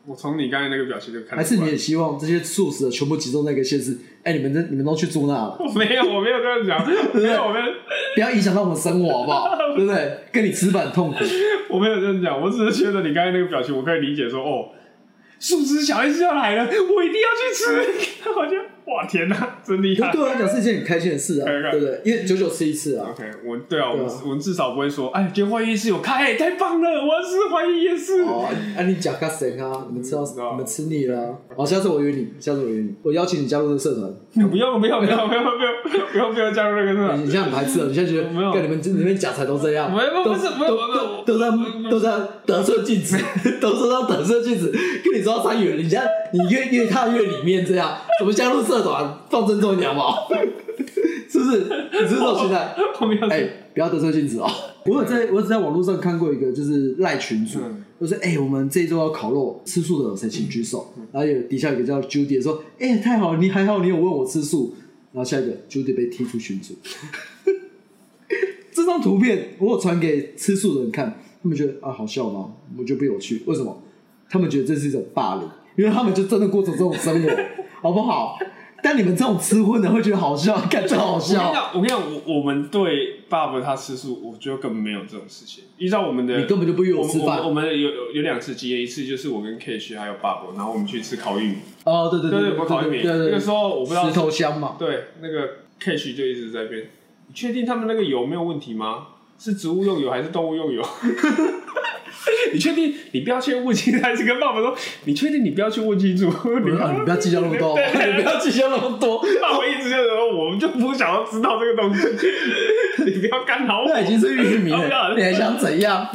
Speaker 4: 我从你刚才那个表情就看出来。
Speaker 3: 还是你也希望这些素食的全部集中在一个县市？你们都去住那了？
Speaker 4: 我没有这样讲，没有，
Speaker 3: 不要影响到我们生活，好不好？对不对？跟你吃饭很痛苦。
Speaker 4: 我没有这样讲，我只是觉得你刚才那个表情，我可以理解说，素食小 S 要来了，我一定要去吃。我就哇天哪，真厉害！
Speaker 3: 对我来讲是一件很开心的事啊，对不对？因为久久吃一次啊。
Speaker 4: OK， 我们至少不会说，今天花夜市有开，太棒了，我要吃花夜市。
Speaker 3: 你讲个神啊！你们吃到你们吃腻了。好，下次我约你，我邀请你加入这个社团。
Speaker 4: 不要加入那个社团。
Speaker 3: 你现在很排斥了，你现在觉得跟你们假才都这样，都在得寸进尺，都说到得寸进尺，跟你说要参与，你越踏越里面这样，怎么加入社团？放尊重一点好不好？是不是？你是不是这种心态？不要得寸进尺哦。我只在网络上看过一个，就是赖群主，就是我们这一周要烤肉，吃素的有谁请举手？然后底下有一个叫 Judy 说，太好了，你还好，你有问我吃素。然后下一个 Judy 被踢出群组。这张图片我有传给吃素的人看，他们觉得好笑吗？我觉得不有趣。为什么？他们觉得这是一种霸凌，因为他们就真的过着这种生活，好不好？但你们这种吃荤的会觉得好笑，感觉好笑。
Speaker 4: 我跟你讲，我们对爸爸他吃素，我觉得根本没有这种事情。依照我们的，
Speaker 3: 你根本就不约我吃饭。
Speaker 4: 我们有2次经验，一次就是我跟 Cash 还有爸爸，然后我们去吃烤玉米。
Speaker 3: 对，
Speaker 4: 烤玉米。那个时候我不知道
Speaker 3: 石头香嘛。
Speaker 4: 对，那个 Cash 就一直在那边。你确定他们那个油没有问题吗？是植物用油还是动物用油？你确定你不要先问清楚？还是跟爸爸说？你确定你不要去问清楚？你
Speaker 3: 不要计较那么多，你不要计较那么多。
Speaker 4: 爸爸一直就说，我们就不想要知道这个东西，你不要干扰我。
Speaker 3: 那已经是玉米了，你还想怎样？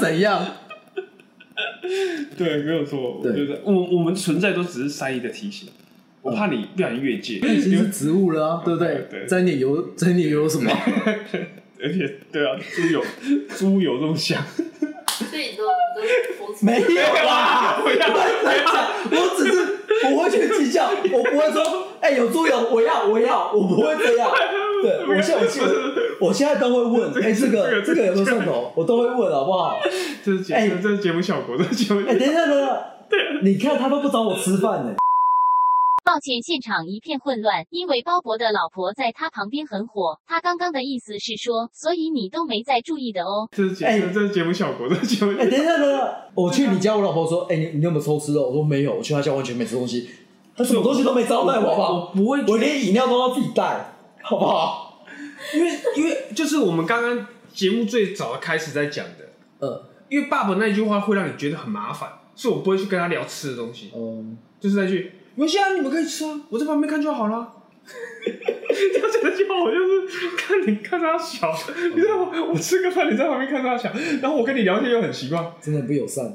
Speaker 4: 对，没有错。对，我们存在都只是善意的提醒。我怕你不小心越界，
Speaker 3: 那已经是植物了啊，对不对？沾点油有什么？
Speaker 4: 而且，对啊，猪油这么香。
Speaker 5: 所以你都
Speaker 3: 没有啦，不要我只是我会去计较，我不会说有猪油我要，我不会这样。对，我现在都会问，这个有没有上头，我都会问，好不好？
Speaker 4: 这是节目效果，等一下，
Speaker 3: 你看他都不找我吃饭呢。
Speaker 6: 抱歉，现场一片混乱，因为包伯的老婆在他旁边很火。他刚刚的意思是说，所以你都没在注意的哦。
Speaker 4: 这是节目效果，这是节目。
Speaker 3: 等一下，我去你家，我老婆说，你有没有偷吃肉？我说没有，我去他家完全没吃东西，他什么东西都没招待我，好不好？
Speaker 4: 我不会，
Speaker 3: 我连饮料都要自己带，好不好？
Speaker 4: 因为就是我们刚刚节目最早开始在讲的，因为爸爸那句话会让你觉得很麻烦，所以我不会去跟他聊吃的东西，就是那句。没关系啊，你们可以吃啊，我在旁边看就好了。他讲那句话，我就是看他小，你知道吗？我吃个饭，你在旁边看他小，然后我跟你聊天又很习惯，
Speaker 3: 真的不友善。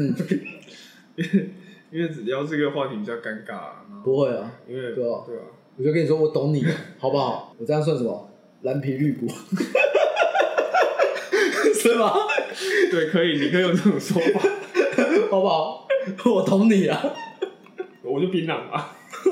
Speaker 4: 因为只聊这个话题比较尴尬。
Speaker 3: 不会啊，
Speaker 4: 因为
Speaker 3: 对啊，我就跟你说，我懂你，好不好？我这样算什么？蓝皮绿骨，是吗？
Speaker 4: 对，可以，你可以用这种说法，
Speaker 3: 好不好？我懂你啊。
Speaker 4: 我就槟榔嘛。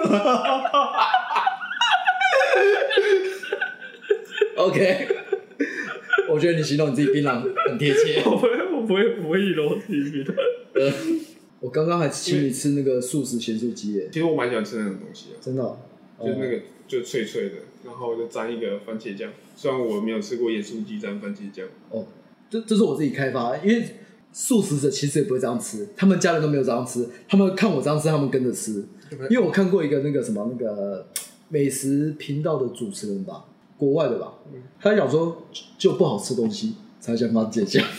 Speaker 3: OK， 我觉得你形容你自己槟榔很贴切。
Speaker 4: 我不会形容自己槟榔。
Speaker 3: 我刚刚还请你吃那个素食咸酥鸡耶。
Speaker 4: 其实我蛮喜欢吃那种东西的。
Speaker 3: 真的
Speaker 4: 就是那个就脆脆的，然后就沾一个番茄酱。虽然我没有吃过盐酥鸡沾番茄酱。
Speaker 3: 这是我自己开发，因为素食者其实也不会这样吃，他们家人都没有这样吃，他们看我这样吃，他们跟着吃。因为我看过一个那个什么那个美食频道的主持人吧，国外的吧，他讲说就不好吃东西才加番茄酱，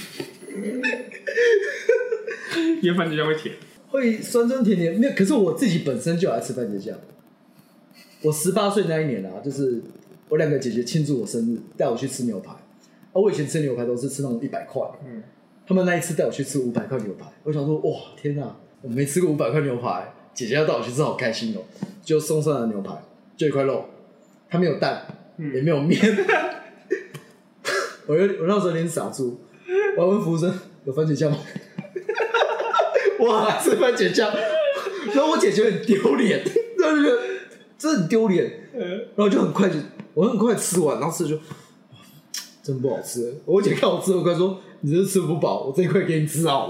Speaker 4: 因为番茄酱会甜，
Speaker 3: 会酸酸甜甜。没有，可是我自己本身就爱吃番茄酱。我18岁那一年啊，就是我2个姐姐庆祝我生日，带我去吃牛排。我以前吃牛排都是吃那种100块，他们那一次带我去吃500块牛排，我想说哇天哪，我没吃过500块牛排，姐姐要带我去吃，好开心哦！就送上来牛排，就1块肉，它没有蛋，也没有面。我那时候有点傻住，我还问服务生有番茄酱吗？哇，吃番茄酱，然后我姐姐很丢脸，然后就觉得这很丢脸，然后就我很快吃完，然后吃就。真不好吃！我姐看我吃，我快说：“你这是吃不饱，我这一块给你吃好了。”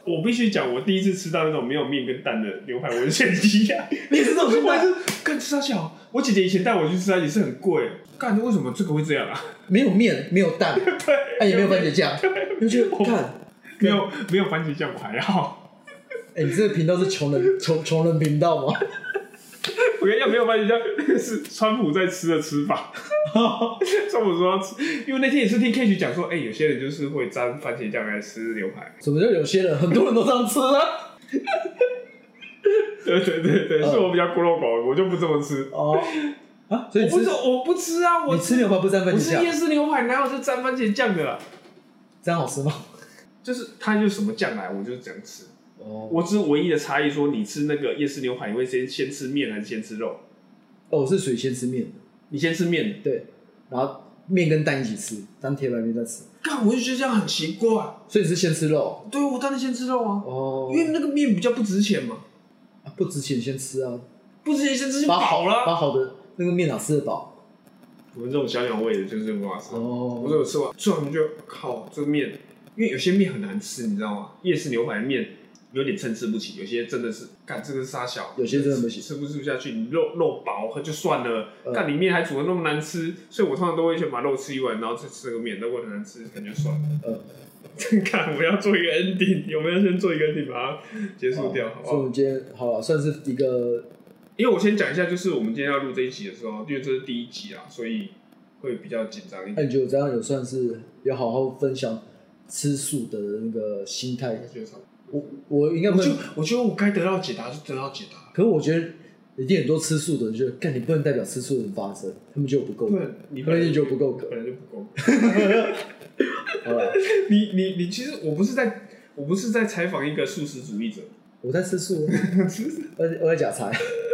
Speaker 4: 我必须讲，我第一次吃到那种没有面跟蛋的牛排，我是先惊讶。
Speaker 3: 你也是这种心态？
Speaker 4: 干吃啥小？我姐姐以前带我去吃，也是很贵。干，为什么这个会这样啊？
Speaker 3: 没有面，没有蛋，对，也没有番茄酱，就觉得看
Speaker 4: 没有番茄酱我还好。
Speaker 3: 你这个频道是穷人频道吗？
Speaker 4: 我跟你讲，没有番茄酱，那个是川普在吃的吃法。川普说要吃，因为那天也是听 K 讲说，有些人就是会沾番茄酱来吃牛排。
Speaker 3: 什么叫有些人？很多人都这样吃啊。
Speaker 4: 对，是我比较孤陋寡闻，我就不这么吃。
Speaker 3: 所以
Speaker 4: 我不吃啊！
Speaker 3: 你吃牛排不沾番茄酱？
Speaker 4: 我吃夜市牛排哪有是沾番茄酱的啦？
Speaker 3: 这样好吃吗？
Speaker 4: 就是它就什么酱来，我就是这样吃。我只是唯一的差异说，你吃那个夜市牛排，你会先吃面还是先吃肉？
Speaker 3: 我是属于先吃面的。你
Speaker 4: 先吃面？
Speaker 3: 对，然后面跟蛋一起吃，当铁板面再吃。
Speaker 4: 干，我就觉得这样很奇怪。
Speaker 3: 所以你是先吃肉？
Speaker 4: 对，我当然先吃肉啊。因为那个面比较不值钱嘛。
Speaker 3: 不值钱先吃啊，
Speaker 4: 不值钱先吃就饱了。
Speaker 3: 把好的那个面哪吃得饱？
Speaker 4: 我们这种小鸟胃的就是没办法吃。我说我吃完就靠这个面，因为有些面很难吃，你知道吗？夜市牛排面有点参差不齐，有些真的是干这个是沙小，
Speaker 3: 有些真的不行，
Speaker 4: 吃不下去。你肉薄就算了，干你面还煮得那么难吃，所以我通常都会先把肉吃一碗，然后再吃个面。如果很难吃，感觉算了。看，我要做一个 ending， 我们要先做一个 ending， 把它结束掉，好不好？
Speaker 3: 所以我们今天好了，算是一个。
Speaker 4: 因为我先讲一下，就是我们今天要录这一集的时候，因为这是第1集啦，所以会比较紧张一点。
Speaker 3: 那你觉得我这样有算是有好好分享吃素的那个心态？我应该不，
Speaker 4: 我觉得我该得到解答就得到解答。
Speaker 3: 可是我觉得一定很多吃素的人觉得，干你不能代表吃素的人发声，他们觉得我不够格，
Speaker 4: 你
Speaker 3: 本来就不够格，
Speaker 4: 本来就不够格。好了，你其实我不是在采访一个素食主义者，
Speaker 3: 我在吃素，我在假菜。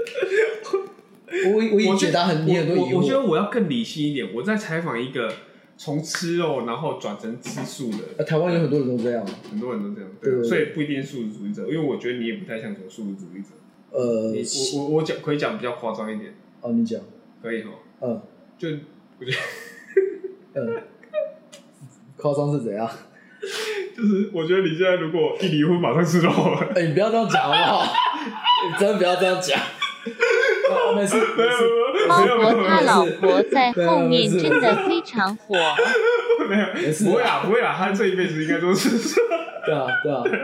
Speaker 3: 我解答你很多疑惑。
Speaker 4: 我觉得我要更理性一点，我在采访一个从吃肉然后转成吃素的。
Speaker 3: 台湾有很多人都这样，
Speaker 4: 很多人都这样，对，所以不一定是素食主义者，因为我觉得你也不太像什么素食主义者。我讲可以讲比较夸张一点。
Speaker 3: 你讲
Speaker 4: 可以哈。就我觉得，
Speaker 3: 夸张是怎样？
Speaker 4: 就是我觉得你现在如果一离婚马上吃肉了，
Speaker 3: 你不要这样讲好不好？你真的不要这样讲。没事，
Speaker 6: 包伯他老婆在后面真的非常火。
Speaker 4: 没事，不会啦，他这一辈子应该都是。
Speaker 3: 对啊。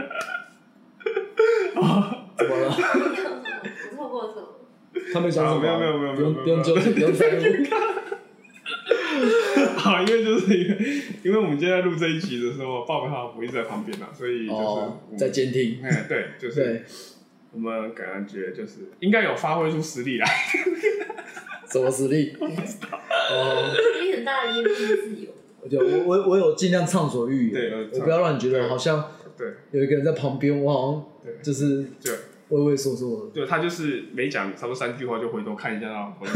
Speaker 3: 怎么了？
Speaker 5: 我错过什么？
Speaker 3: 他们讲什么？
Speaker 4: 没有，
Speaker 3: 不用纠结，不用在乎。
Speaker 4: 好，因为我们今天在录这一集的时候，爸爸他老婆一直在旁边啦，所以就是
Speaker 3: 在监听。
Speaker 4: 对，就是。我们感觉就是应该有发挥出实力来。
Speaker 3: 什么实力？
Speaker 4: 我不知道。
Speaker 5: 给很大的言论自由。
Speaker 3: 我有尽量畅所欲言。
Speaker 4: 对，
Speaker 3: 我不要让你觉得好像有一个人在旁边，我好像就是畏畏缩缩的。
Speaker 4: 对，他就是每讲差不多3句话就回头看一下他老婆。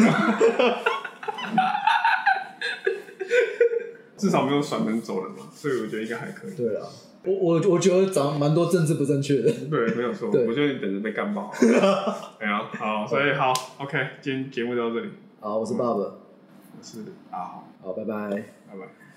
Speaker 4: 至少没有甩门走人嘛，所以我觉得应该还可以。
Speaker 3: 对啊。我觉得长蛮多政治不正确的。
Speaker 4: 对，没有错。我觉得你等着被干爆。对啊，好，所以好 ，OK， 今天节目就到这里。
Speaker 3: 好，我是爸爸。
Speaker 4: 我是阿豪。
Speaker 3: 好，拜拜。
Speaker 4: 拜拜。